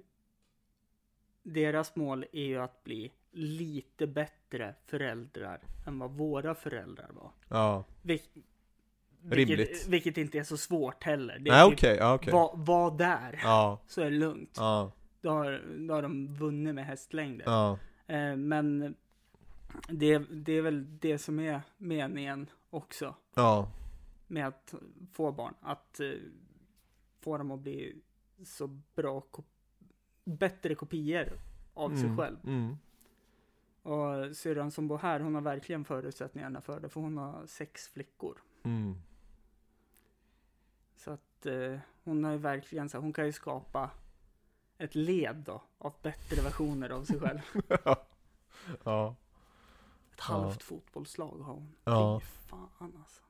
deras mål är ju att bli lite bättre föräldrar än vad våra föräldrar var. Ja. Rimligt. Vilket inte är så svårt heller. Det är okej. Var där, så är det lugnt. Då har de vunnit med hästlängder. Men det är väl det som är meningen också. Med att få barn. Att få dem att bli så bra bättre kopior av sig själv. Och syrran som bor här, hon har verkligen förutsättningarna för det, för hon har 6 flickor. Så att hon har ju verkligen så hon kan ju skapa ett led då av bättre versioner av sig själv. Ett halvt fotbollslag har hon. Fy fan alltså.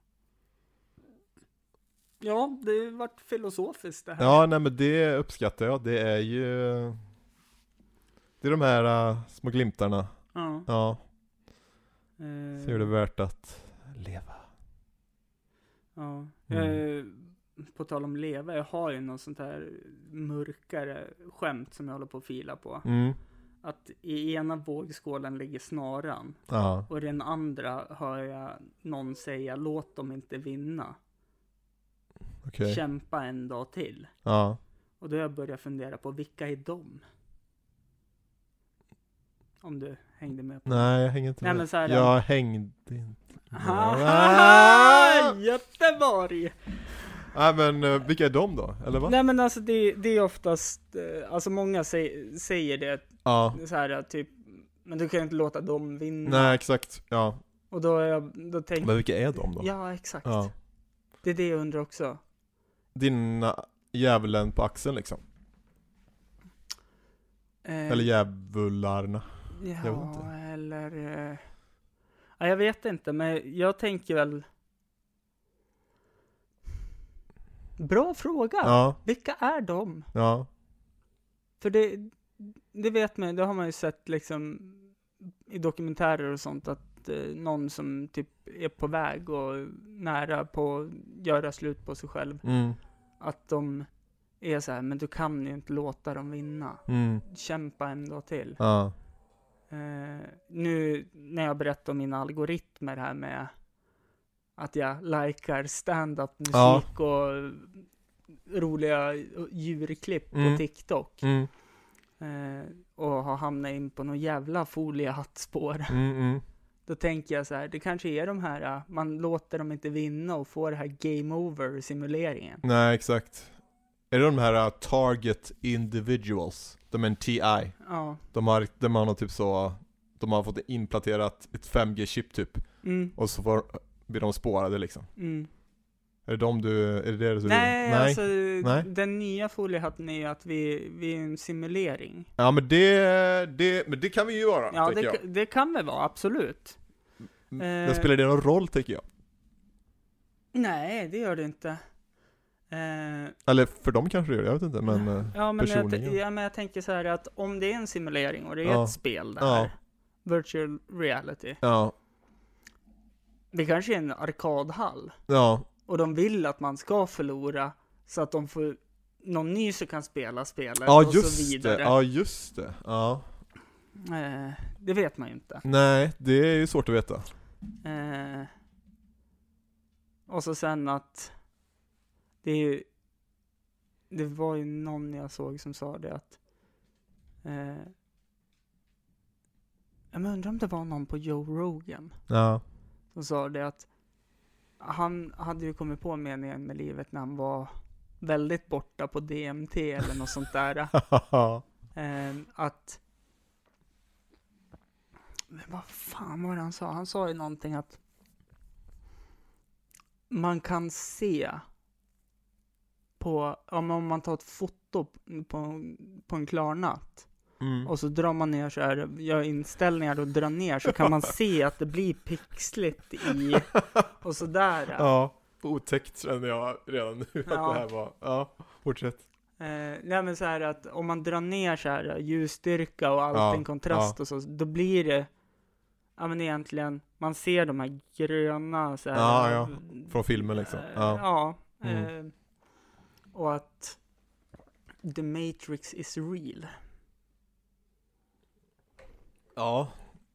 Ja, det har varit filosofiskt det här. Ja, nej men det uppskattar jag. Det är ju de här små glimtarna. Så är det värt att leva. Ja. På tal om leva, jag har ju något sånt här mörkare skämt som jag håller på att fila på. Att i ena vågskålen ligger snaran. Och i den andra hör jag någon säga, låt dem inte vinna. Okay. Kämpa en dag till. Och då har jag börjat fundera på, vilka är de? Om du hängde med på det. Nej, jag hängde inte med. Men så här, jag hängde inte. Göteborg! Nej, men vilka är de då? Eller vad? Nej, men alltså det är oftast, alltså många säger det så här typ, men du kan inte låta dem vinna. Nej, exakt. Ja. Och då tänker, men vilka är de då? Ja, exakt. Det är det jag undrar också. Dina djävulen på axeln liksom. Eller djävularna. Ja, eller jag vet inte, men jag tänker väl. Bra fråga. Ja. Vilka är de? Ja. För det vet man, det har man ju sett liksom i dokumentärer och sånt, att någon som typ är på väg och nära på att göra slut på sig själv. Att de är så här, men du kan ju inte låta dem vinna. Kämpa en dag till. Nu när jag berättar om mina algoritmer här med att jag likar stand-up musik och roliga djurklipp på TikTok. Och har hamnat in på någon jävla foliehattspår. Då tänker jag så här, det kanske är de här, man låter dem inte vinna och får det här game over simuleringen. Nej, exakt. Är det de här target individuals? De är en TI. Ja. De har typ så, de har fått implanterat ett 5G-chip typ. Och så blir de spårade liksom. Är det det du? Nej, alltså den nya foliehatten är ju att vi är en simulering. Ja, men det kan vi ju vara. Ja, det kan vi vara, absolut. Men spelar det någon roll, tycker jag? Nej, det gör det inte. Eller för dem kanske det gör, jag vet inte, men personligen. Men jag tänker så här att om det är en simulering och det är ett spel där, virtual reality. Det kanske är en arkadhall. Och de vill att man ska förlora så att de får någon ny som kan spela spelet och så vidare. Ja, just det. Ja. Det vet man ju inte. Nej, det är ju svårt att veta. Och så sen att det var ju någon jag såg som sa det att jag undrar om det var någon på Joe Rogan. Som sa det att han hade ju kommit på meningen med livet när han var väldigt borta på DMT eller något sånt där. Att vad fan var det han sa? Han sa ju någonting att man kan se på, om man tar ett foto på en klar natt och så drar man ner så här, gör inställningar och drar ner, så kan man se att det blir pixligt i och sådär. Ja, otäckt känner jag redan nu att det här var, fortsätt. Nej, men så här att om man drar ner så här ljusstyrka och allting kontrast och så, då blir det, ja men egentligen, man ser de här gröna så här, från filmen liksom. Och att The Matrix is real. Ja.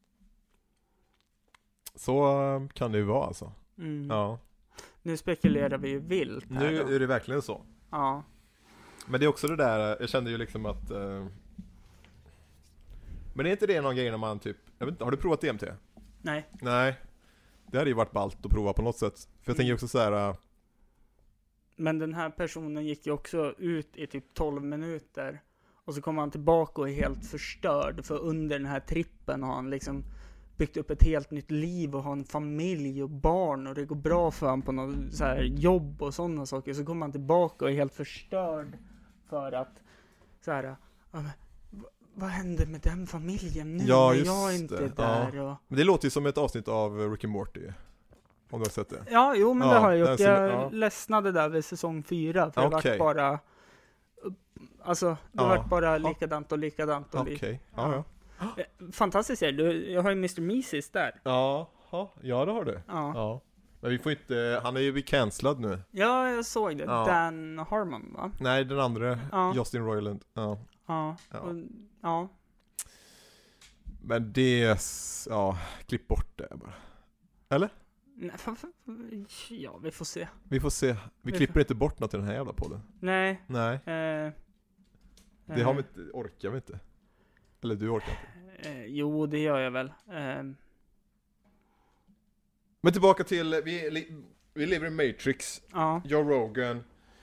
Så kan det ju vara alltså. Ja. Nu spekulerar vi ju vilt här. Nu är det verkligen så. Ja. Men det är också det där, jag kände ju liksom att men är inte det någon grej när man typ, jag vet inte, har du provat DMT? Nej. Det hade ju varit ballt att prova på något sätt. För jag tänker också så här. Men den här personen gick ju också ut i typ 12 minuter. Och så kommer han tillbaka och är helt förstörd. För under den här trippen har han liksom byggt upp ett helt nytt liv och har en familj och barn. Och det går bra för honom på något så här jobb och sådana saker. Så kommer han tillbaka och är helt förstörd. För att så här, vad händer med den familjen nu? Ja, just jag är inte där. Ja. Men det låter ju som ett avsnitt av Rick and Morty. Om du har sett det. Ja, jo, men det har jag gjort. Jag ledsnade där vid säsong 4. För det var bara, alltså, det var bara likadant och likadant. Okej. Fantastiskt är det. Jag har ju Mr. Mises där. Ja, det har du. Ja. Men vi får inte, han är ju cancellad nu. Ja, jag såg det. Ja. Dan Harmon, va? Nej, den andra. Ja. Justin Roiland. Ja. Ja. Ja. Men det, klipp bort det bara. Eller? Ja, vi får se. Vi får se. Vi klipper inte bort något i den här jävla podden. Nej. Det har vi inte, orkar vi inte. Eller du orkar inte. Jo, det gör jag väl. Men tillbaka till, vi lever i Matrix. Ja. Joe Rogan.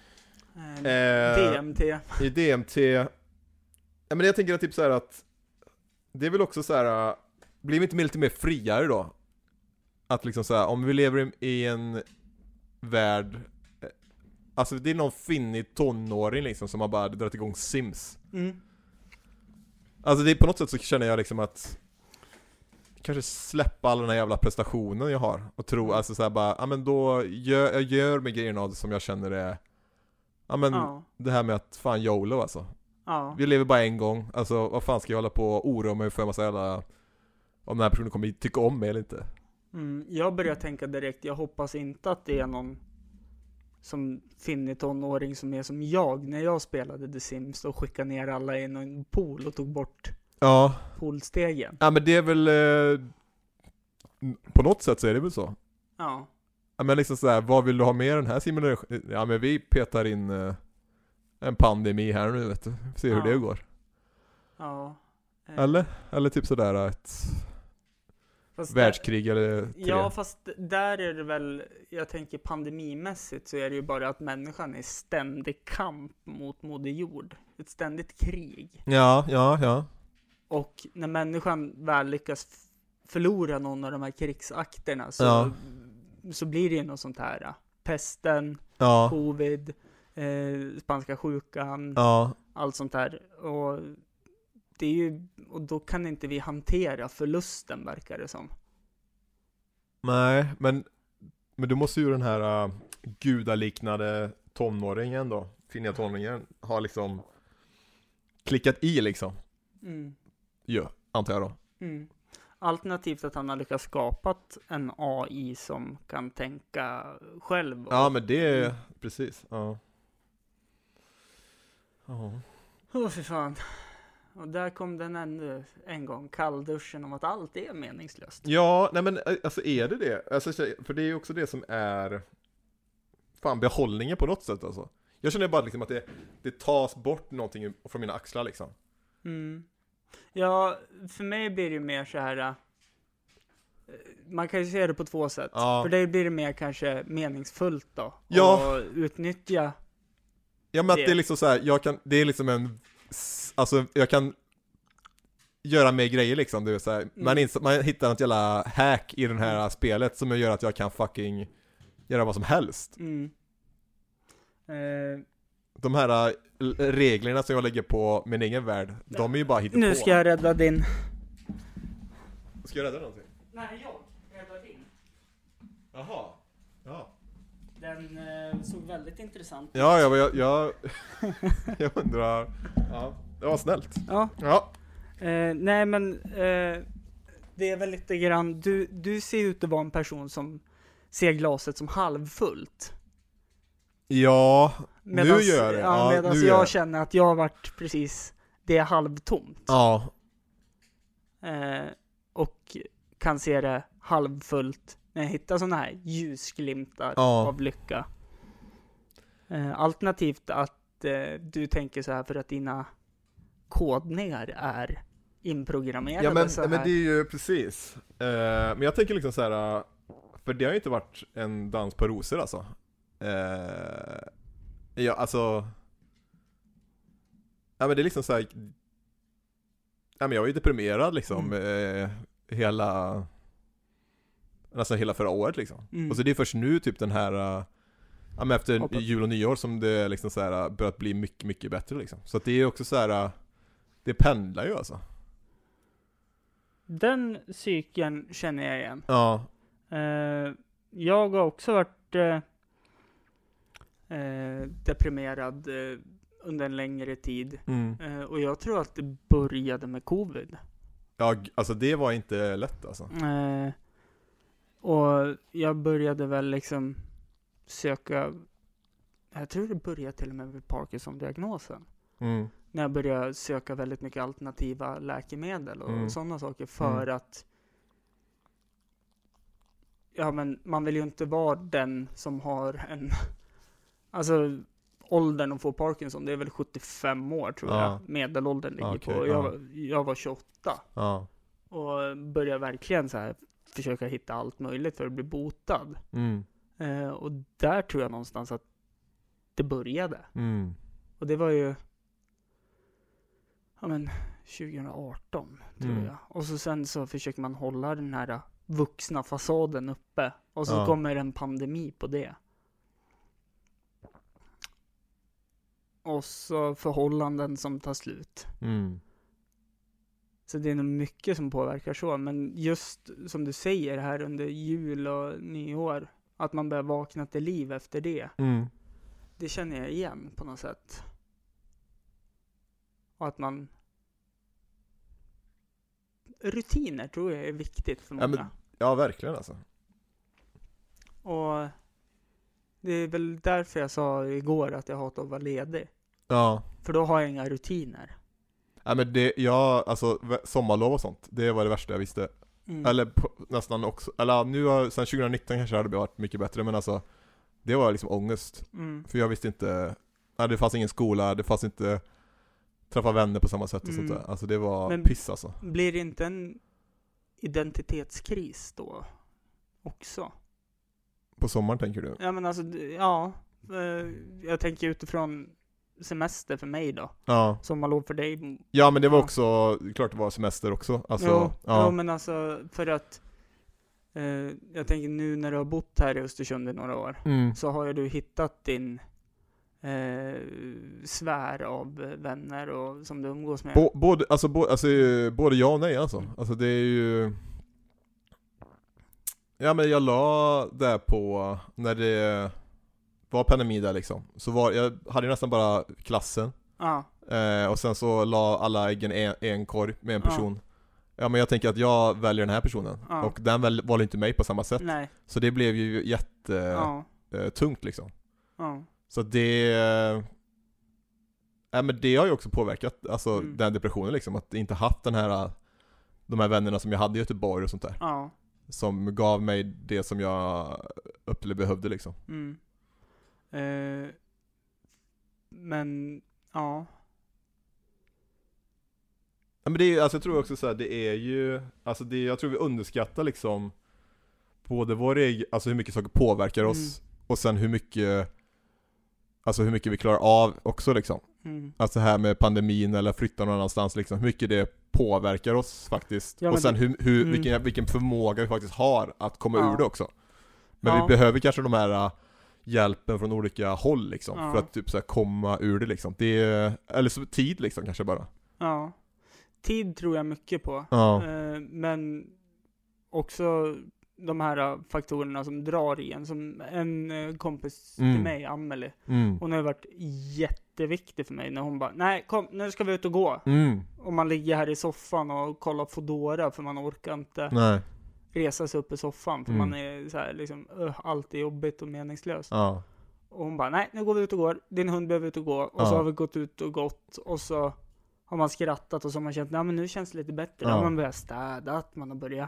DMT. I DMT. Ja, men jag tänker att typ så här att det är väl också så här, blir vi inte lite mer friare då? Att liksom så här, om vi lever i en värld, alltså det är någon finnig tonåring liksom som har bara dragit igång Sims. Alltså det är på något sätt så känner jag liksom att kanske släppa all den här jävla prestationen jag har och tro, alltså så här bara, ja men då jag gör med grejerna av det som jag känner är, ja men det här med att fan YOLO alltså. Vi lever bara en gång, alltså vad fan ska jag hålla på och oroa mig för en massa jävla, om den här personen kommer tycka om mig eller inte. Jag börjar tänka direkt, jag hoppas inte att det är någon som finner tonåring som är som jag när jag spelade The Sims och skickade ner alla i en pool och tog bort poolstegen. Ja men det är väl på något sätt så är det väl så. Ja. Ja men liksom såhär, vad vill du ha med den här simulationen? Ja men vi petar in en pandemi här nu, vet du. Se hur det går. Ja. Eller typ sådär ett världskrig eller 3. Ja, fast där är det väl, jag tänker pandemimässigt så är det ju bara att människan är i ständig kamp mot Moder Jord. Ett ständigt krig. Ja. Och när människan väl lyckas förlora någon av de här krigsakterna så blir det ju något sånt här. Pesten, covid, spanska sjukan, allt sånt här. Och det är ju, och då kan inte vi hantera förlusten, verkar det som. Nej, men du måste ju den här gudaliknande tonåringen då, finniga tonåringen, har liksom klickat i liksom. Ja, antar jag då. Alternativt att han har lyckats skapat en AI som kan tänka själv. Ja, men det är precis. Ja. För fan. Och där kom den ännu en gång, kallduschen om att allt är meningslöst. Ja, nej men alltså är det? Alltså, för det är ju också det som är fan behållningen på något sätt alltså. Jag känner bara liksom att det tas bort någonting från mina axlar liksom. Ja, för mig blir det mer så här. Man kan ju se det på 2 sätt. För det blir det mer kanske meningsfullt då. Ja. Och utnyttja. Ja, men att det är liksom så här, det är liksom alltså jag kan göra mer grejer liksom, det är så här, man hittar något jävla hack i den här spelet som gör att jag kan fucking göra vad som helst. De här reglerna som jag lägger på min egen värld, de är ju bara hittepå. Nu ska jag rädda din. Ska jag rädda någonting? Nej, jag räddar din. Jaha. Ja. Den såg väldigt intressant ut. Ja, jag undrar. Ja, det var snällt. Ja. Nej, men det är väl lite grann, du ser ut att vara en person som ser glaset som halvfullt. Ja, nu gör det. Ja, medan jag känner att jag har varit precis, det är halvtomt. Ja. Och kan se det halvfullt när jag hittar såna här ljusglimtar av lycka. Alternativt att du tänker så här för att dina kodningar är inprogrammerade. Ja, så här. Men det är ju precis. Men jag tänker liksom så här, för det har ju inte varit en dans på rosor alltså. Ja, alltså. Ja, men det är liksom så här. Ja, men jag var ju deprimerad liksom nästan hela förra året liksom. Och så det är först nu typ den här ja, men efter jul och nyår som det liksom så här börjat bli mycket mycket bättre liksom. Så att det är också så här, det pendlar ju alltså. Den cykeln känner jag igen. Ja. Jag har också varit deprimerad under en längre tid. Och jag tror att det började med covid. Ja, alltså det var inte lätt alltså. Och jag började väl liksom söka, jag tror det började till och med vid Parkinson-diagnosen. När jag började söka väldigt mycket alternativa läkemedel och sådana saker för att men man vill ju inte vara den som har en alltså åldern att få Parkinson, det är väl 75 år tror jag medelåldern ligger på. Jag var 28 och började verkligen så här försöka hitta allt möjligt för att bli botad. Och där tror jag någonstans att det började. Och det var ju 2018 tror jag. Och så sen så försöker man hålla den här vuxna fasaden uppe. Och så kommer en pandemi på det. Och så förhållanden som tar slut. Så det är nog mycket som påverkar så. Men just som du säger här under jul och nyår. Att man börjar vakna till liv efter det. Det känner jag igen på något sätt. Och att man... Rutiner tror jag är viktigt för många. Ja, verkligen alltså. Och det är väl därför jag sa igår att jag hatar att vara ledig. Ja. För då har jag inga rutiner. Ja, men alltså sommarlov och sånt, det var det värsta jag visste. Eller nästan också, eller nu sen 2019 kanske hade det varit mycket bättre, men alltså det var liksom ångest. För jag visste inte, det fanns ingen skola, det fanns inte träffa vänner på samma sätt och sånt där. Alltså det var piss alltså. Blir det inte en identitetskris då också? På sommaren tänker du? Ja men alltså, jag tänker utifrån semester för mig då. Ja. Sommarlov för dig. Ja men det var också, klart det var semester också. Alltså, jo, men alltså för att jag tänker nu när du har bott här i Östersund i några år så har ju du hittat din svär av vänner och som du umgås med. Både ja och nej alltså. Alltså det är ju... Ja men jag la där på när det var pandemi där liksom. Så jag hade nästan bara klassen. Och sen så la alla äggen i en korg med en person. Ja men jag tänker att jag väljer den här personen. Och den valde inte mig på samma sätt. Nej. Så det blev ju tungt liksom. Så det men det har ju också påverkat alltså den depressionen liksom, att inte haft de här vännerna som jag hade i Göteborg och sånt där. Som gav mig det som jag upplevde behövde liksom. Men men det är, alltså jag tror också så här, det är ju alltså jag tror vi underskattar liksom både alltså hur mycket saker påverkar oss och sen hur mycket vi klarar av också liksom. Alltså här med pandemin eller flytta någon annanstans liksom, hur mycket det påverkar oss faktiskt. Och sen vilken förmåga vi faktiskt har att komma ur det också. Men vi behöver kanske de här hjälpen från olika håll liksom, för att typ så här komma ur det liksom. Det är, eller så tid liksom kanske bara. Ja. Tid tror jag mycket på. Men också de här faktorerna som drar igen. Som en kompis till mig, Amelie. Hon har varit jätteviktig för mig när hon bara, nej kom, nu ska vi ut och gå. Och man ligger här i soffan och kollar Fodora för man orkar inte resa sig upp i soffan. För man är så här liksom, allt är jobbigt och meningslöst. Och hon bara, nej nu går vi ut och går. Din hund behöver ut och gå. Och så har vi gått ut och gått. Och så har man skrattat och så har man känt, nej men nu känns det lite bättre. Då har man börjat städa, att man har börjat.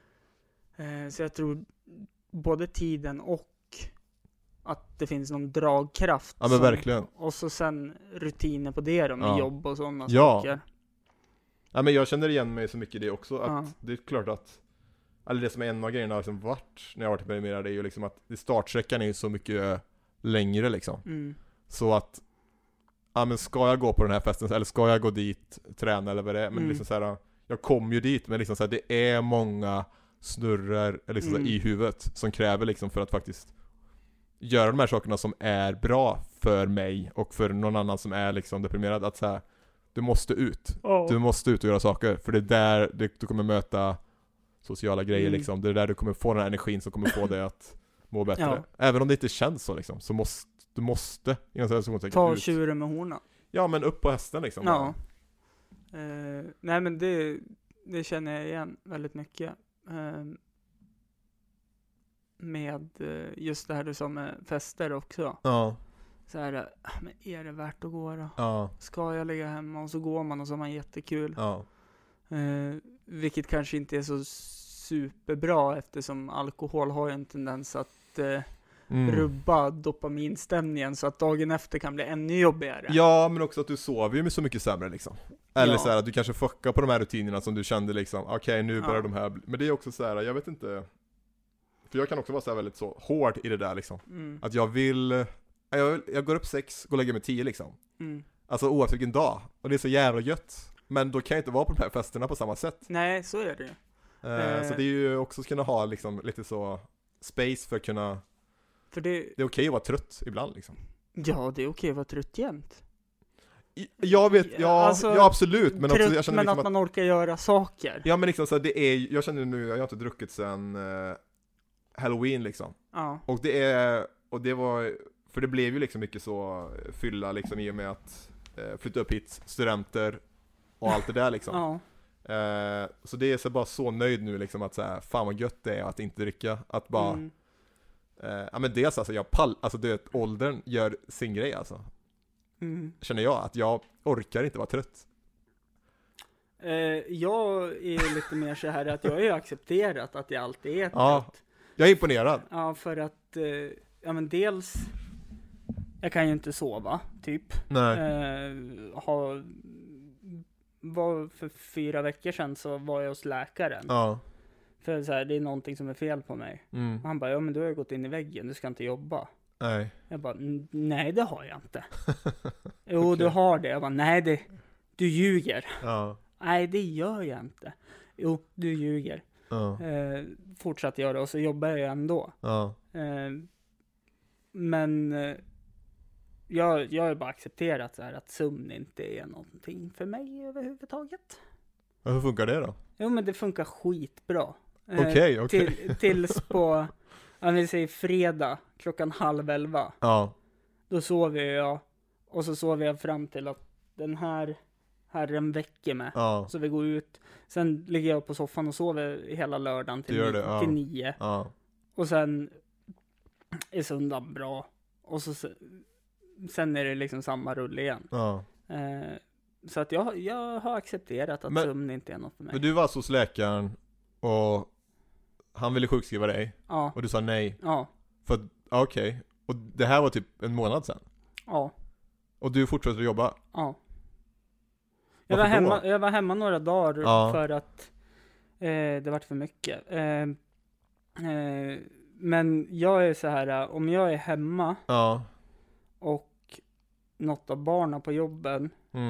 Så jag tror både tiden och att det finns någon dragkraft. Ja men verkligen. Och så sen rutiner på det då, med jobb och sådana saker. Ja men jag känner igen mig så mycket i det också. Att det är klart att eller det som är en av grejerna liksom varit när jag har varit medimerad är ju liksom att startsträckan är ju så mycket längre liksom. Så att ja men ska jag gå på den här festen eller ska jag gå dit, träna eller vad det är, men liksom så här, jag kom ju dit men liksom så här, det är många snurrar liksom så här, i huvudet som kräver liksom för att faktiskt göra de här sakerna som är bra för mig och för någon annan som är liksom deprimerad, att så här, du måste ut. Du måste ut och göra saker, för det är där du kommer möta sociala grejer liksom. Det är där du kommer få den här energin som kommer få dig att må bättre. Även om det inte känns så liksom, så måste ta tjuren med horna. Ja, men upp på hästen liksom. Nej men det känner jag igen väldigt mycket. med just det här du sa med fester också. Ja. Så här, men är det värt att gå då? Ja. Ska jag ligga hemma? Och så går man och så har man jättekul. Ja. Vilket kanske inte är så superbra eftersom alkohol har ju en tendens att rubba dopaminstämningen så att dagen efter kan bli ännu jobbigare. Ja, men också att du sover ju med så mycket sämre liksom. Eller Ja. så här att du kanske fuckar på de här rutinerna som du kände liksom, okej, nu börjar de här men det är också så här, jag vet inte, för jag kan också vara så här väldigt så hård i det där liksom. Att jag går upp 6, går och lägger mig 10 liksom. Alltså oavsett vilken dag. Och det är så jävla gött. Men då kan jag inte vara på de här festerna på samma sätt. Nej, så är det ju. Så det är ju också att kunna ha liksom lite så space för att kunna. För det är okej att vara trött ibland liksom. Ja, det är okej att vara trött jämt. Jag vet, Alltså, ja absolut. Men trött, också, jag känner men liksom att man orkar göra saker. Ja, men liksom så här, det är, jag känner nu, jag har inte druckit sen Halloween liksom. Ja. Och det var, för det blev ju liksom mycket så fylla liksom i och med att flytta upp hit, studenter och allt det där liksom. Ja. Så det är så bara så nöjd nu liksom att så här, fan vad gött det är att inte dricka, att bara ja men dels alltså alltså det åldern gör sin grej alltså. Känner jag att jag orkar inte vara trött. Jag är lite mer så här att jag har ju accepterat att jag alltid är trött. Ja, jag är imponerad. Ja, för att ja men dels jag kan ju inte sova typ. Nej. För 4 veckor sedan så var jag hos läkaren. Ja. För så här, det är någonting som är fel på mig. Och han bara, ja men du har ju gått in i väggen, du ska inte jobba. Nej. Jag bara, nej det har jag inte. Jo, okay. Du har det. Jag bara, nej du ljuger. Ja. Nej, det gör jag inte. Jo, du ljuger. Ja. Fortsatte göra och så jobbar jag ändå. Ja. Men jag har bara accepterat så här att sömn inte är någonting för mig överhuvudtaget. Hur funkar det då? Jo, men det funkar skitbra. Okej. Tills på, jag vill säga fredag, 10:30. Ja. Då sover jag. Och så sover jag fram till att den här herren väcker mig. Ja. Så vi går ut. Sen ligger jag på soffan och sover hela lördagen till 9. Ja. Och sen är söndagen bra. Och så sen är det liksom samma rull igen. Ja. Så att jag har accepterat att sömn inte är något för mig. Men du var alltså hos läkaren och han ville sjukskriva dig. Ja. Och du sa nej. Ja. För okej. Och det här var typ en månad sedan. Ja. Och du fortsätter att jobba. Ja. Jag var hemma några dagar för att det vart för mycket. Men jag är så här, om jag är hemma och något av barnen på jobben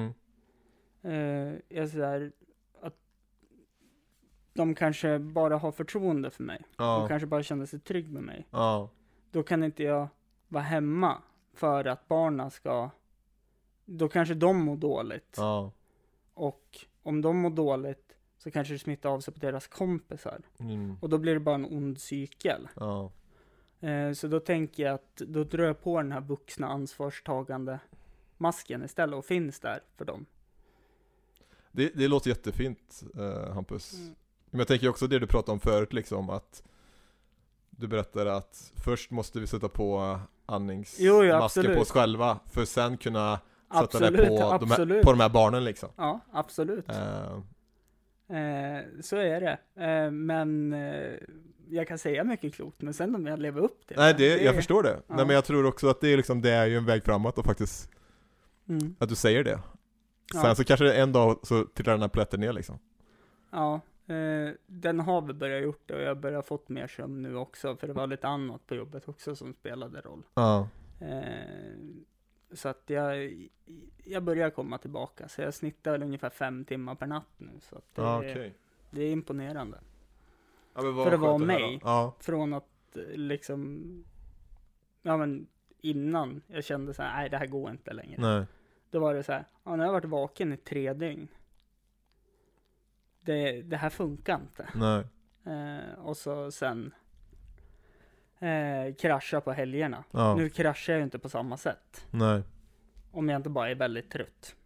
är så här att de kanske bara har förtroende för mig. De kanske bara känner sig trygg med mig. Då kan inte jag vara hemma för att barnen ska, då kanske de mår dåligt. Och om de mår dåligt så kanske det smittar av sig på deras kompisar. Och då blir det bara en ond cykel. Så då tänker jag att då drar jag på den här vuxna ansvarstagande masken istället och finns där för dem. Det låter jättefint, Hampus. Men jag tänker också det du pratade om förut liksom, att du berättade att först måste vi sätta på andningsmasken på oss själva för sen kunna sätta det på de här barnen liksom. Ja, absolut. Så är det. Men jag kan säga mycket klokt, men sen om jag lever upp till det. Jag förstår det. Ja. Nej, men jag tror också att det är, liksom, det är ju en väg framåt och faktiskt att du säger det. Sen så kanske en dag så trillar den här plätten ner liksom. Ja, den har väl börjat gjort det och jag börjar fått mer sömn nu också, för det var lite annat på jobbet också som spelade roll. Ja. Så att jag börjar komma tillbaka. Så jag snittar väl ungefär 5 timmar per natt nu. Så att det är imponerande. Ja, men för det var mig. Ja. Från att liksom, ja men innan jag kände så här, nej det här går inte längre. Nej. Då var det så här, nu har jag varit vaken i 3 dygn. Det här funkar inte. Nej. Och så sen krascha på helgerna. Nu kraschar jag ju inte på samma sätt. Nej. Om jag inte bara är väldigt trött.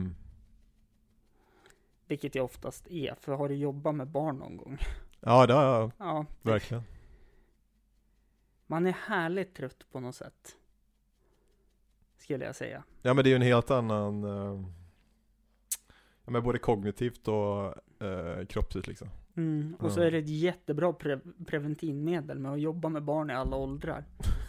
Vilket jag oftast är. För har du jobbat med barn någon gång? Ja, det har jag. Ja, verkligen. man är härligt trött på något sätt. Skulle jag säga. Ja, men det är ju en helt annan men både kognitivt och kroppsligt liksom. Och så är det ett jättebra preventivmedel med att jobba med barn i alla åldrar.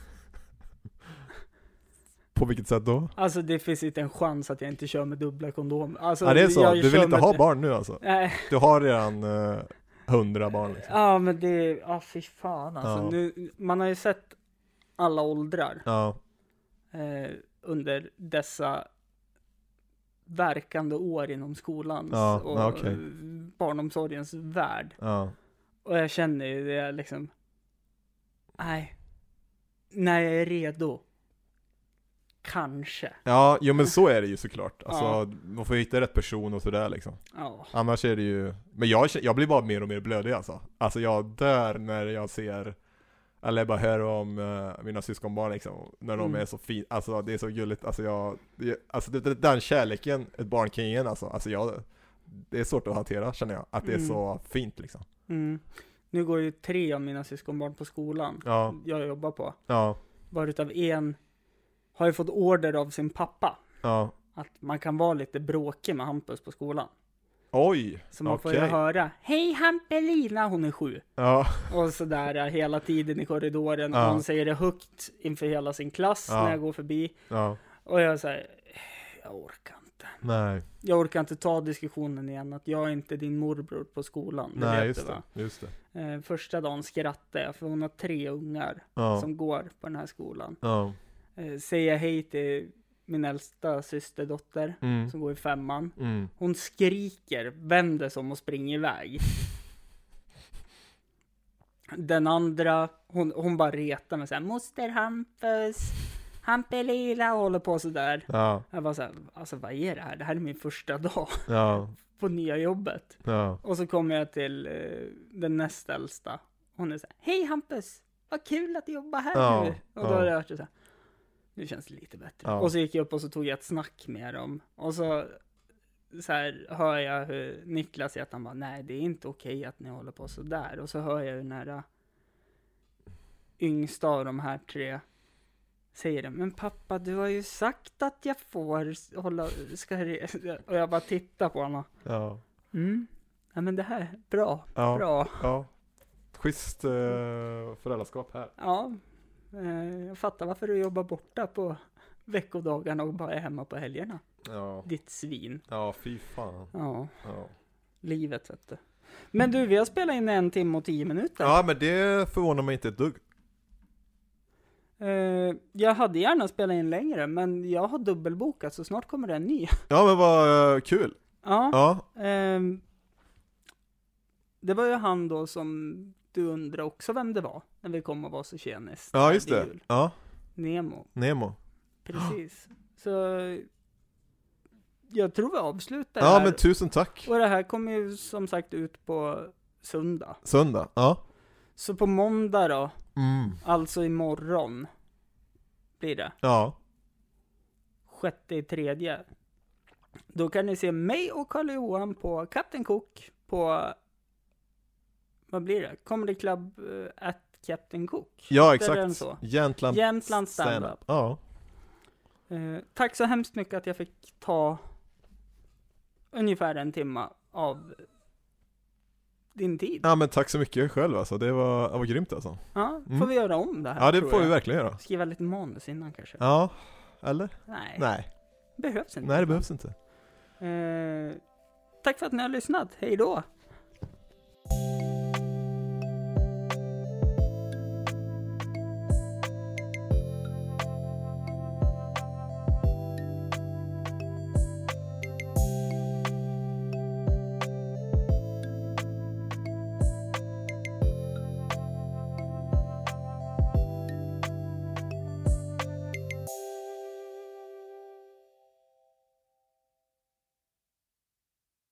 På vilket sätt då? Alltså det finns inte en chans att jag inte kör med dubbla kondom. Alltså, ja, det är så. Du vill inte ha barn nu alltså? Nej. Du har redan 100 barn liksom. Ja, men det är, fy fan alltså. Nu, man har ju sett alla åldrar. Ja. Under dessa verkande år inom skolans och barnomsorgens värld. Ja. Och jag känner ju det liksom, nej, när jag är redo, kanske. Ja, jo men så är det ju såklart. Alltså, man får hitta rätt person och sådär liksom. Ja. Annars är det ju, men jag blir bara mer och mer blödig alltså. Alltså jag dör när jag ser, eller bara hör om mina syskonbarn liksom, när de är så fina, alltså det är så gulligt, alltså den kärleken ett barn kan ge en alltså det är svårt att hantera, känner jag, att det är så fint liksom. Nu går ju 3 av mina syskonbarn på skolan jag jobbar på. Varutav en har ju fått order av sin pappa att man kan vara lite bråkig med Hampus på skolan. Oj, så man får ju höra, hej Hampelina, hon är 7. Och sådär hela tiden i korridoren. Och hon säger det högt inför hela sin klass när jag går förbi. Och jag säger, jag orkar inte. Nej. Jag orkar inte ta diskussionen igen att jag är inte din morbror på skolan. Nej, just det. Första dagen skrattade jag för hon har 3 ungar som går på den här skolan. Säger hej till min äldsta systerdotter som går i 5:an. Hon skriker, vänder sig om och springer iväg. Den andra, hon bara retar mig såhär, moster Hampus, Hampelila, håller på sådär. Jag var såhär, alltså vad är det här? Det här är min första dag på nya jobbet. Och så kommer jag till den näst äldsta. Hon är såhär, hej Hampus, vad kul att du jobbar här nu. Och då har jag hört såhär, nu känns det lite bättre. Och så gick jag upp och så tog jag ett snack med dem. Och så här hör jag hur Niklas säger att han bara, nej det är inte okej att ni håller på så där. Och så hör jag hur nära yngsta av de här 3 säger det. Men pappa, du har ju sagt att jag får hålla, och jag bara tittar på honom. Ja, men det här, bra. Ja. Schysst föräldraskap här. Ja. Jag fattar varför du jobbar borta på veckodagarna och bara är hemma på helgerna. Ditt svin. Ja, fy fan. Ja. Livet, vet du. Men du, vi har spelat in 1 timme och 10 minuter. Ja, men det förvånar mig inte ett dugg. Jag hade gärna spelat in längre, men jag har dubbelbokat så snart kommer det en ny. Ja, men vad kul. Ja. Det var ju han då som du undrar också vem det var när vi kom och var så tjenis. Ja, just det. Ja. Nemo. Precis. Så jag tror vi avslutar här. Ja, men tusen tack. Och det här kommer ju som sagt ut på söndag. Ja. Så på måndag då, alltså imorgon blir det. Ja. 6/3. Då kan ni se mig och Carl-Johan på Captain Cook på, vad blir det? Comedy Club at Captain Cook. Ja, exakt. Jämtland stand-up. Ja. Tack så hemskt mycket att jag fick ta ungefär 1 timme av din tid. Ja, men tack så mycket själv alltså. Det var grymt alltså. Ja, får vi göra om det här? Ja, det får vi verkligen göra. Skriva lite manus innan kanske. Ja, eller? Nej. Behövs inte. Nej, det behövs inte. Tack för att ni har lyssnat. Hej då!